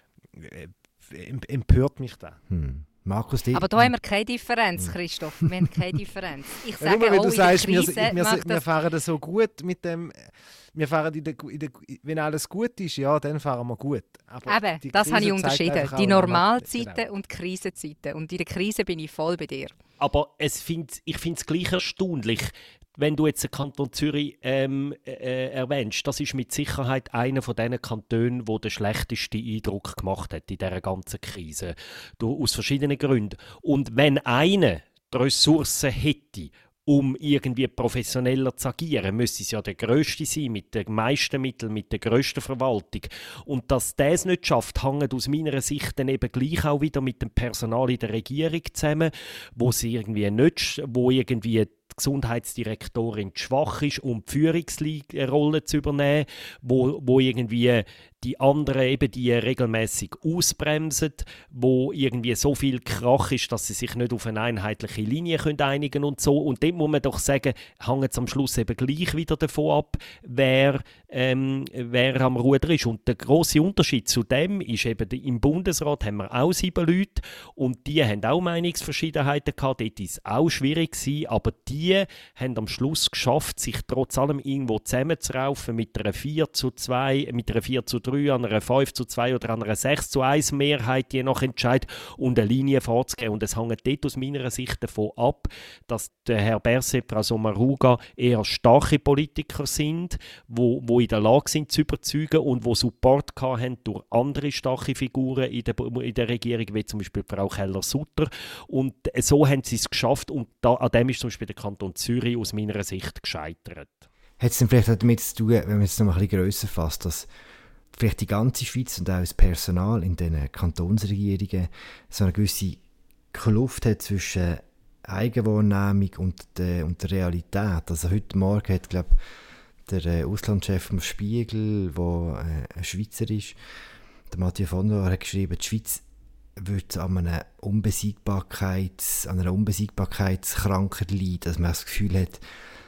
äh, empört mich da. Hm. Markus, die, aber da haben wir keine Differenz, Christoph. Wir haben keine Differenz. Ich sage ja, wenn auch, du in sagst, der Krise wir, wir, macht wir das fahren das so gut mit dem, wir fahren in der, in der, wenn alles gut ist, ja, dann fahren wir gut. Aber eben, das habe ich unterschieden. Die Normalzeiten genau. und die Krisenzeiten. Und in der Krise bin ich voll bei dir. Aber es find, ich finde es gleich erstaunlich, wenn du jetzt den Kanton Zürich ähm, äh, erwähnst. Das ist mit Sicherheit einer von diesen Kantonen, der den schlechtesten Eindruck gemacht hat in dieser ganzen Krise. Du, aus verschiedenen Gründen. Und wenn einer die Ressourcen hätte, um irgendwie professioneller zu agieren, müsste es ja der Grösste sein, mit den meisten Mitteln, mit der grössten Verwaltung. Und dass der es nicht schafft, hängt aus meiner Sicht dann eben gleich auch wieder mit dem Personal in der Regierung zusammen, wo sie irgendwie nicht, wo irgendwie die Gesundheitsdirektorin schwach ist, um die Führungsrolle zu übernehmen, wo, wo irgendwie die anderen eben die regelmäßig ausbremsen, wo irgendwie so viel Krach ist, dass sie sich nicht auf eine einheitliche Linie können einigen und so. Und dem muss man doch sagen, hängt es am Schluss eben gleich wieder davon ab, wer, ähm, wer am Ruder ist. Und der grosse Unterschied zu dem ist eben, im Bundesrat haben wir auch sieben Leute und die haben auch Meinungsverschiedenheiten gehabt, dort war es auch schwierig gewesen, aber die haben am Schluss geschafft, sich trotz allem irgendwo zusammenzuraufen mit einer vier zu zwei, mit einer vier zu drei, an einer fünf zu zwei oder an einer sechs zu eins Mehrheit, je nach Entscheid, und eine Linie vorzugeben. Und es hängt dort aus meiner Sicht davon ab, dass der Herr Berset, Frau Sommaruga eher starke Politiker sind, wo, wo in der Lage sind zu überzeugen und wo Support haben durch andere starke Figuren in der, in der Regierung, wie zum Beispiel Frau Keller-Sutter. Und so haben sie es geschafft und da, an dem ist zum Beispiel der Kanton Zürich aus meiner Sicht gescheitert. Hat es denn vielleicht auch damit zu tun, wenn man es noch ein bisschen grösser fasst, dass vielleicht die ganze Schweiz und auch das Personal in den Kantonsregierungen so eine gewisse Kluft hat zwischen Eigenwahrnehmung und der, und der Realität. Also heute Morgen hat, glaube der äh, Auslandschef vom Spiegel, der äh, ein Schweizer ist, der Mathieu von der, hat geschrieben, die Schweiz würde an einer Unbesiegbarkeits, an einer Unbesiegbarkeitskrankheit leiden, dass man das Gefühl hat,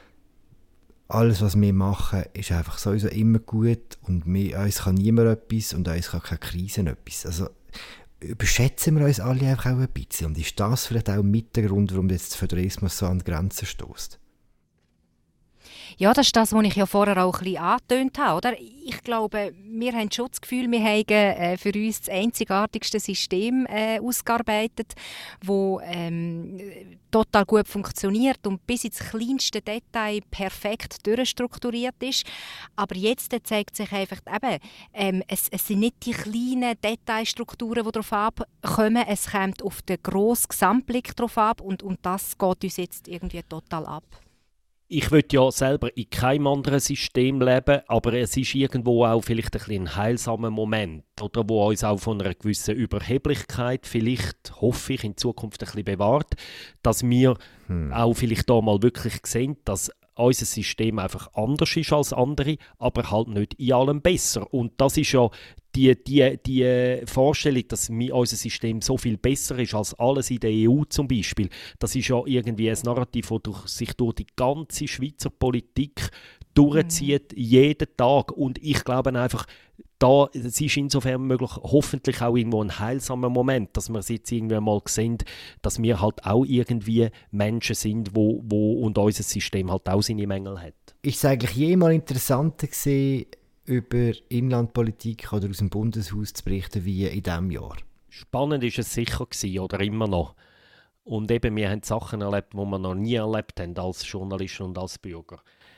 alles, was wir machen, ist einfach sowieso immer gut und wir, uns kann niemand etwas und uns kann keine Krise etwas. Also überschätzen wir uns alle einfach auch ein bisschen. Und ist das vielleicht auch mit der Grund, warum jetzt der Föderalismus so an die Grenzen stößt? Ja, das ist das, was ich ja vorher auch ein bisschen angetönt habe. Oder? Ich glaube, wir haben schon das Gefühl, wir haben äh, für uns das einzigartigste System äh, ausgearbeitet, das ähm, total gut funktioniert und bis ins kleinste Detail perfekt durchstrukturiert ist. Aber jetzt zeigt sich einfach, eben, ähm, es, es sind nicht die kleinen Detailstrukturen, die darauf abkommen, es kommt auf den grossen Gesamtblick darauf ab und, und das geht uns jetzt irgendwie total ab. Ich will ja selber in keinem anderen System leben, aber es ist irgendwo auch vielleicht ein, bisschen ein heilsamer Moment, oder, wo uns auch von einer gewissen Überheblichkeit vielleicht, hoffe ich, in Zukunft ein bisschen bewahrt, dass wir hm. auch vielleicht da mal wirklich sehen, dass unser System einfach anders ist als andere, aber halt nicht in allem besser. Und das ist ja die, die, die Vorstellung, dass unser System so viel besser ist als alles in der E U zum Beispiel, das ist ja irgendwie ein Narrativ, das durch, sich durch die ganze Schweizer Politik durchzieht, mhm. jeden Tag. Und ich glaube einfach, da, es ist insofern möglich, hoffentlich auch irgendwo ein heilsamer Moment, dass wir es jetzt irgendwann mal sehen, dass wir halt auch irgendwie Menschen sind, wo, wo und unser System halt auch seine Mängel hat. Ist es eigentlich jemals interessanter gewesen, über Inlandpolitik oder aus dem Bundeshaus zu berichten, wie in diesem Jahr? Spannend ist es sicher gewesen, oder immer noch. Und eben, wir haben Sachen erlebt, die wir noch nie erlebt haben als Journalist und als Bürger.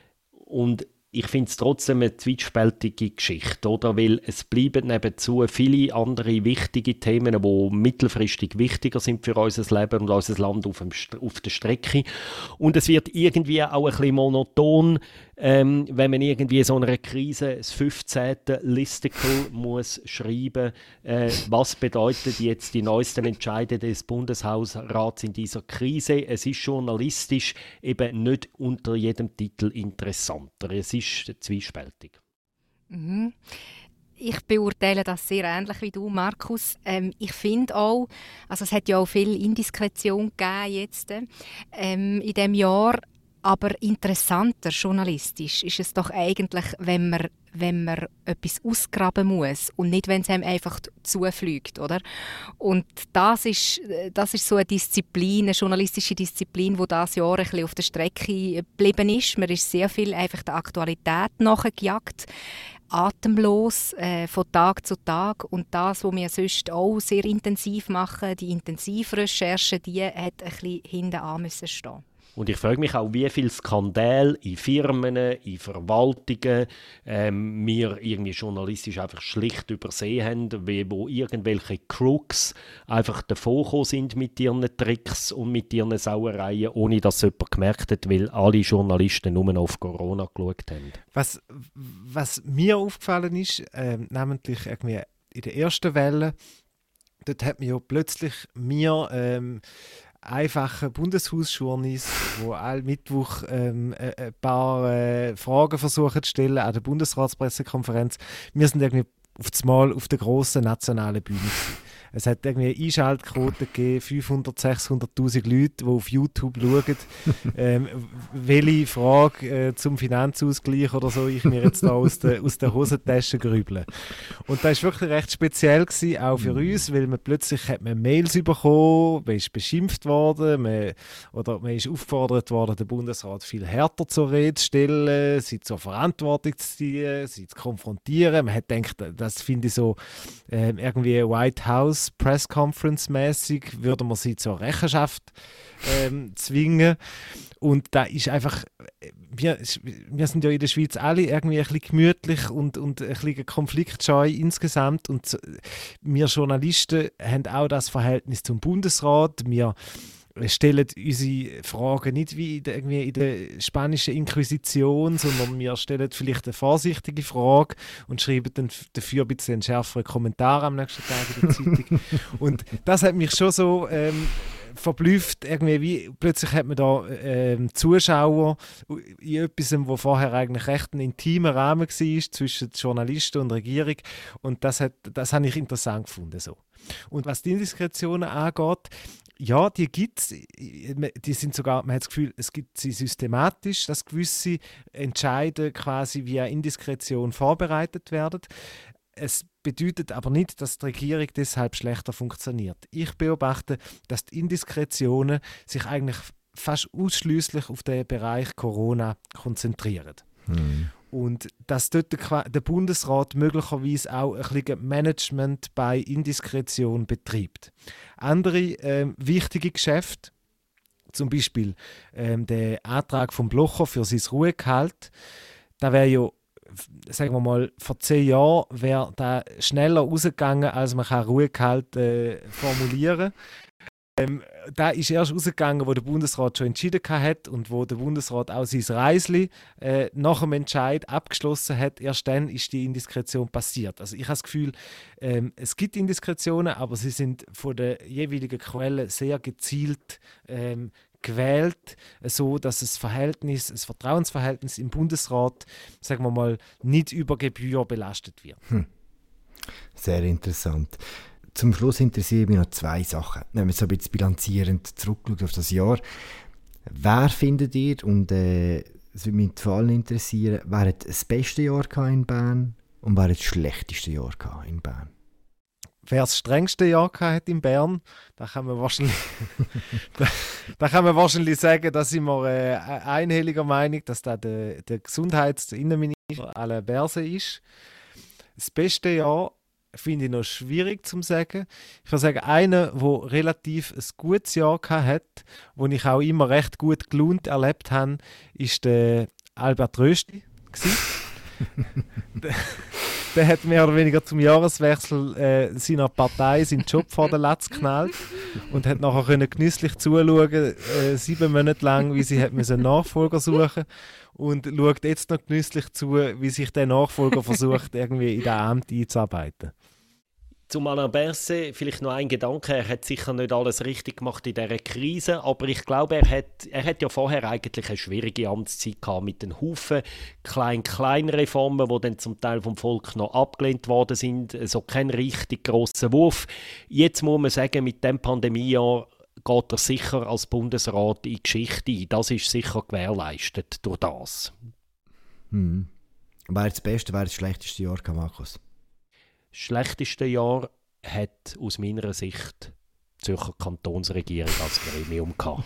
Und ich finde es trotzdem eine zwiespältige Geschichte, oder? Weil es bleiben nebenzu viele andere wichtige Themen, die mittelfristig wichtiger sind für unser Leben und unser Land auf, dem St- auf der Strecke. Und es wird irgendwie auch ein bisschen monoton, ähm, wenn man irgendwie so einer Krise das fünfzehnte Listicle muss schreiben, äh, was bedeutet jetzt die neuesten Entscheide des Bundeshausrats in dieser Krise. Es ist journalistisch eben nicht unter jedem Titel interessanter. Es ist zwiespältig. Mhm. Ich beurteile das sehr ähnlich wie du, Markus. Ähm, ich finde auch, also es hat ja auch viel Indiskretion gegeben jetzt ähm, in diesem Jahr, aber interessanter journalistisch ist es doch eigentlich, wenn man, wenn man etwas ausgraben muss und nicht, wenn es einem einfach zufliegt, oder? Und das ist, das ist so eine Disziplin, eine journalistische Disziplin, die dieses Jahr ein bisschen auf der Strecke geblieben ist. Man ist sehr viel einfach der Aktualität nachgejagt, atemlos, äh, von Tag zu Tag. Und das, was wir sonst auch sehr intensiv machen, die Intensivrecherche, die hat ein bisschen hinten an müssen stehen. Und ich frage mich auch, wie viele Skandale in Firmen, in Verwaltungen ähm, wir irgendwie journalistisch einfach schlicht übersehen haben, wie, wo irgendwelche Crooks einfach davongekommen sind mit ihren Tricks und mit ihren Sauereien, ohne dass es jemand gemerkt hat, weil alle Journalisten nur noch auf Corona geschaut haben. Was, was mir aufgefallen ist, äh, namentlich irgendwie in der ersten Welle, dort hat man ja plötzlich mir ähm, einfache Bundeshausjournis, die all Mittwoch ähm, ein paar äh, Fragen versuchen zu stellen an der Bundesratspressekonferenz. Wir sind irgendwie auf das Mal auf der grossen nationalen Bühne gewesen. Es hat irgendwie eine Einschaltquote gegeben, fünfhundert-, sechshunderttausend Leute, die auf YouTube schauen, ähm, welche Frage äh, zum Finanzausgleich oder so ich mir jetzt da aus der, aus der Hosentasche grüble. Und das war wirklich recht speziell gewesen, auch für uns, weil man plötzlich hat man Mails bekommen, man ist beschimpft worden, man, oder man ist aufgefordert worden, den Bundesrat viel härter zur Rede zu stellen, sie zur Verantwortung zu ziehen, sie zu konfrontieren. Man hat gedacht, das finde ich so äh, irgendwie White House Press Conference mäßig, würde man sie zur Rechenschaft ähm, zwingen. Und da ist einfach, wir, wir sind ja in der Schweiz alle irgendwie ein bisschen gemütlich und, und ein bisschen konfliktscheu insgesamt. Und wir Journalisten haben auch das Verhältnis zum Bundesrat. Wir stellen unsere Fragen nicht wie in der, irgendwie in der spanischen Inquisition, sondern wir stellen vielleicht eine vorsichtige Frage und schreiben dann dafür ein bisschen einen schärferen Kommentar am nächsten Tag in der Zeitung. Und das hat mich schon so ähm, verblüfft, irgendwie wie plötzlich hat man da ähm, Zuschauer in etwas, wo vorher eigentlich recht ein intimer Rahmen war zwischen Journalisten und Regierung, und das, hat, das habe ich interessant gefunden. So. Und was die Indiskretionen angeht, ja, die gibt es. Die sind sogar, man hat das Gefühl, es gibt sie systematisch, dass gewisse Entscheide quasi via Indiskretion vorbereitet werden. Es bedeutet aber nicht, dass die Regierung deshalb schlechter funktioniert. Ich beobachte, dass die Indiskretionen sich eigentlich fast ausschließlich auf den Bereich Corona konzentrieren. Mhm. Und dass dort der, der Bundesrat möglicherweise auch ein bisschen Management bei Indiskretion betreibt. Andere ähm, wichtige Geschäfte, zum Beispiel ähm, der Antrag von Blocher für sein Ruhegehalt, da wäre ja, sagen wir mal, vor zehn Jahren wäre da schneller rausgegangen, als man Ruhegehalt äh, formulieren kann. Ähm, da ist erst rausgegangen, wo der Bundesrat schon entschieden hat und wo der Bundesrat auch sein Reisli äh, nach dem Entscheid abgeschlossen hat. Erst dann ist die Indiskretion passiert. Also ich habe das Gefühl, ähm, es gibt Indiskretionen, aber sie sind von der jeweiligen Quelle sehr gezielt ähm, gewählt, so dass das Verhältnis, das Vertrauensverhältnis im Bundesrat, sagen wir mal, nicht über Gebühr belastet wird. Hm. Sehr interessant. Zum Schluss interessieren mich noch zwei Sachen. Wenn wir so ein bisschen bilanzierend zurückschauen auf das Jahr. Wer findet ihr, und äh, es würde mich vor allem interessieren, wer hat das beste Jahr in Bern und wer hat das schlechteste Jahr in Bern? Wer das strengste Jahr hat in Bern, da kann man wahrscheinlich, da, da kann man wahrscheinlich sagen, da sind wir äh, einhelliger Meinung, dass da der, der Gesundheits- und Innenminister Alain Berset ist. Das beste Jahr finde ich noch schwierig zu sagen. Ich würde sagen, einer, der relativ ein gutes Jahr hat, wo ich auch immer recht gut gelaunt erlebt habe, ist der Albert Rösti. der, der hat mehr oder weniger zum Jahreswechsel äh, seiner Partei seinen Job vor den Latz geknallt und hat nachher können genüsslich zuschauen, äh, sieben Monate lang, wie sie hat einen Nachfolger suchen und schaut jetzt noch genüsslich zu, wie sich der Nachfolger versucht, irgendwie in das Amt einzuarbeiten. Zum Alain Berset vielleicht noch ein Gedanke. Er hat sicher nicht alles richtig gemacht in dieser Krise, aber ich glaube, er hat, er hat ja vorher eigentlich eine schwierige Amtszeit gehabt mit den Haufen Klein-Klein-Reformen, die dann zum Teil vom Volk noch abgelehnt worden sind. So kein richtig grosser Wurf. Jetzt muss man sagen, mit dem Pandemiejahr geht er sicher als Bundesrat in die Geschichte ein. Das ist sicher gewährleistet durch das. Hm. Wer das beste, wer das schlechteste Jahr, Markus? Das schlechteste Jahr hat aus meiner Sicht die Zürcher Kantonsregierung als Gremium gehabt.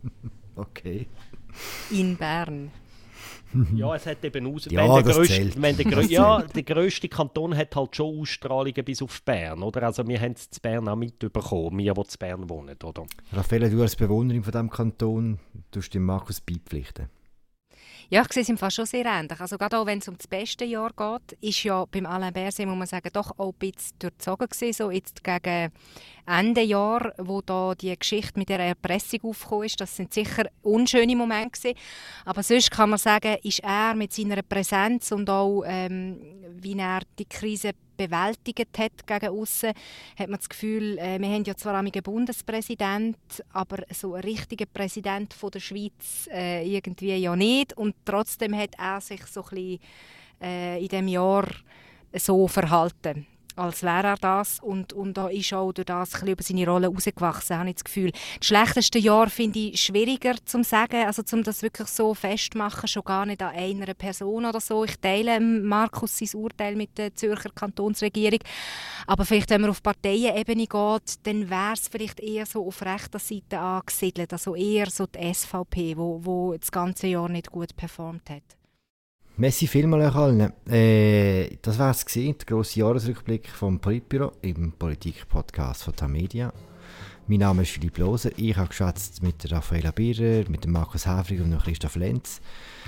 Okay. In Bern. Ja, es hat eben aus... Ja, wenn der das grösste, zählt. wenn der, grö Das ja, zählt. der grösste Kanton hat halt schon Ausstrahlungen bis auf Bern, oder? Also wir haben es in Bern auch mitbekommen, wir, die in Bern wohnen, oder? Raffaella, du als Bewohnerin von diesem Kanton, tust dem Markus beipflichten. Ja, ich sehe es im Fall schon sehr ähnlich. Also gerade auch wenn es um das beste Jahr geht, ist ja beim Alain Berset, muss man sagen, doch auch ein bisschen durchzogen gewesen. So jetzt gegen Ende Jahr, wo da die Geschichte mit der Erpressung aufgekommen ist, das sind sicher unschöne Momente gewesen. Aber sonst kann man sagen, ist er mit seiner Präsenz und auch ähm, wie er die Krise bewältigt hat gegen aussen, hat man das Gefühl, äh, wir haben ja zwar einen Bundespräsident, aber so einen richtigen Präsident von der Schweiz äh, irgendwie ja nicht. Und trotzdem hat er sich so ein bisschen äh, in diesem Jahr so verhalten, als wäre er das. Und, und da ist auch durch das ein bisschen über seine Rolle herausgewachsen, habe ich das Gefühl. Das schlechteste Jahr finde ich schwieriger zu sagen, also um das wirklich so festmachen, schon gar nicht an einer Person oder so. Ich teile Markus sein Urteil mit der Zürcher Kantonsregierung. Aber vielleicht, wenn man auf Parteienebene geht, dann wäre es vielleicht eher so auf rechter Seite angesiedelt, also eher so die S V P, wo, wo das ganze Jahr nicht gut performt hat. Merci vielmals euch allen. Äh, das war es, der grosse Jahresrückblick vom Politbüro im Politik-Podcast von Tamedia. Mein Name ist Philipp Loser. Ich habe geschätzt mit Raffaella Bierer, mit dem Markus Häfrig und Christoph Lenz.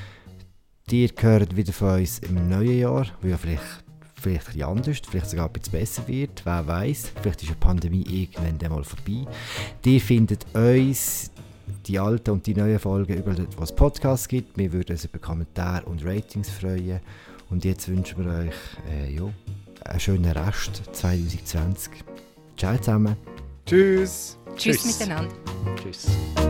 Ihr hört wieder von uns im neuen Jahr, wo ja vielleicht, vielleicht ein bisschen anders, vielleicht sogar ein bisschen besser wird. Wer weiß, vielleicht ist eine Pandemie irgendwann einmal vorbei. Ihr findet uns, die alten und die neuen Folgen, überall wo es Podcasts gibt. Wir würden uns über Kommentare und Ratings freuen. Und jetzt wünschen wir euch äh, ja, einen schönen Rest zwanzig zwanzig. Ciao zusammen. Tschüss. Tschüss, Tschüss. miteinander. Tschüss.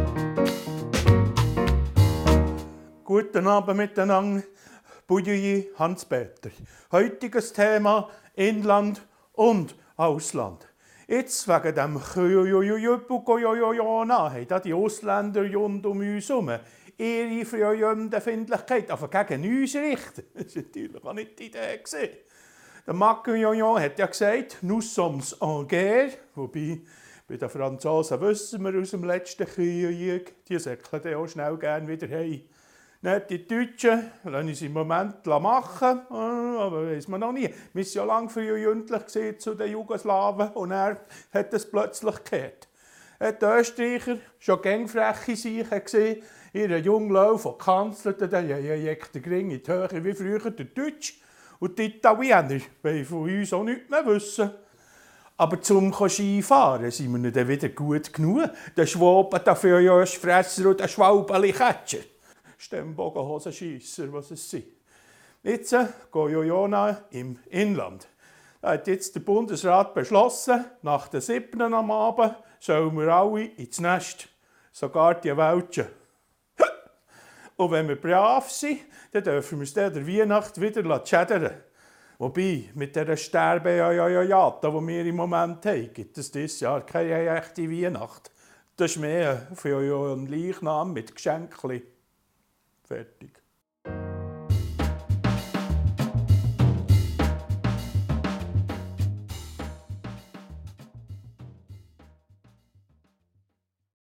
Guten Abend miteinander. Budji Hans-Peter. Heutiges Thema Inland und Ausland. Jetzt wegen dem Corona haben die Ausländer rund um uns herum ihre Fremdenfeindlichkeit aber gegen uns richten. Das war natürlich auch nicht die Idee. Der Macron hat ja gesagt, nous sommes en guerre, wobei Bei den Franzosen wissen wir aus dem letzten Krieg, die säckeln dann auch schnell gerne wieder heim. Nicht die Deutschen lassen uns im Moment machen, aber weiss man noch nie. Wir waren ja lange frühjündlich zu den Jugoslawen und er hat es plötzlich gehört. Die Österreicher, schon gängfreche Seichen gesehen, ihren jungen Lauf von Kanzler, der jagt den Gring in die Höhe wie früher der Deutsche. Und die Italiener wollen von uns auch nichts mehr wissen. Aber zum Skifahren sind wir nicht dann wieder gut genug. Der Schwaben, der Feuerfresser und der Schwalbeli-Ketscher. Stemmbogenhosenscheisser, was es sind. Jetzt äh, Goyojona im Inland. Da hat jetzt der Bundesrat beschlossen, nach den siebten am Abend sollen wir alle ins Nest, sogar die Welschen. Und wenn wir brav sind, dann dürfen wir es der Weihnacht wieder schädern. Wobei, mit dieser Sterbe-Jajajata, die wir im Moment haben, gibt es dieses Jahr keine echte Weihnacht. Das ist mehr für einen Leichnam mit Geschenken. Fertig.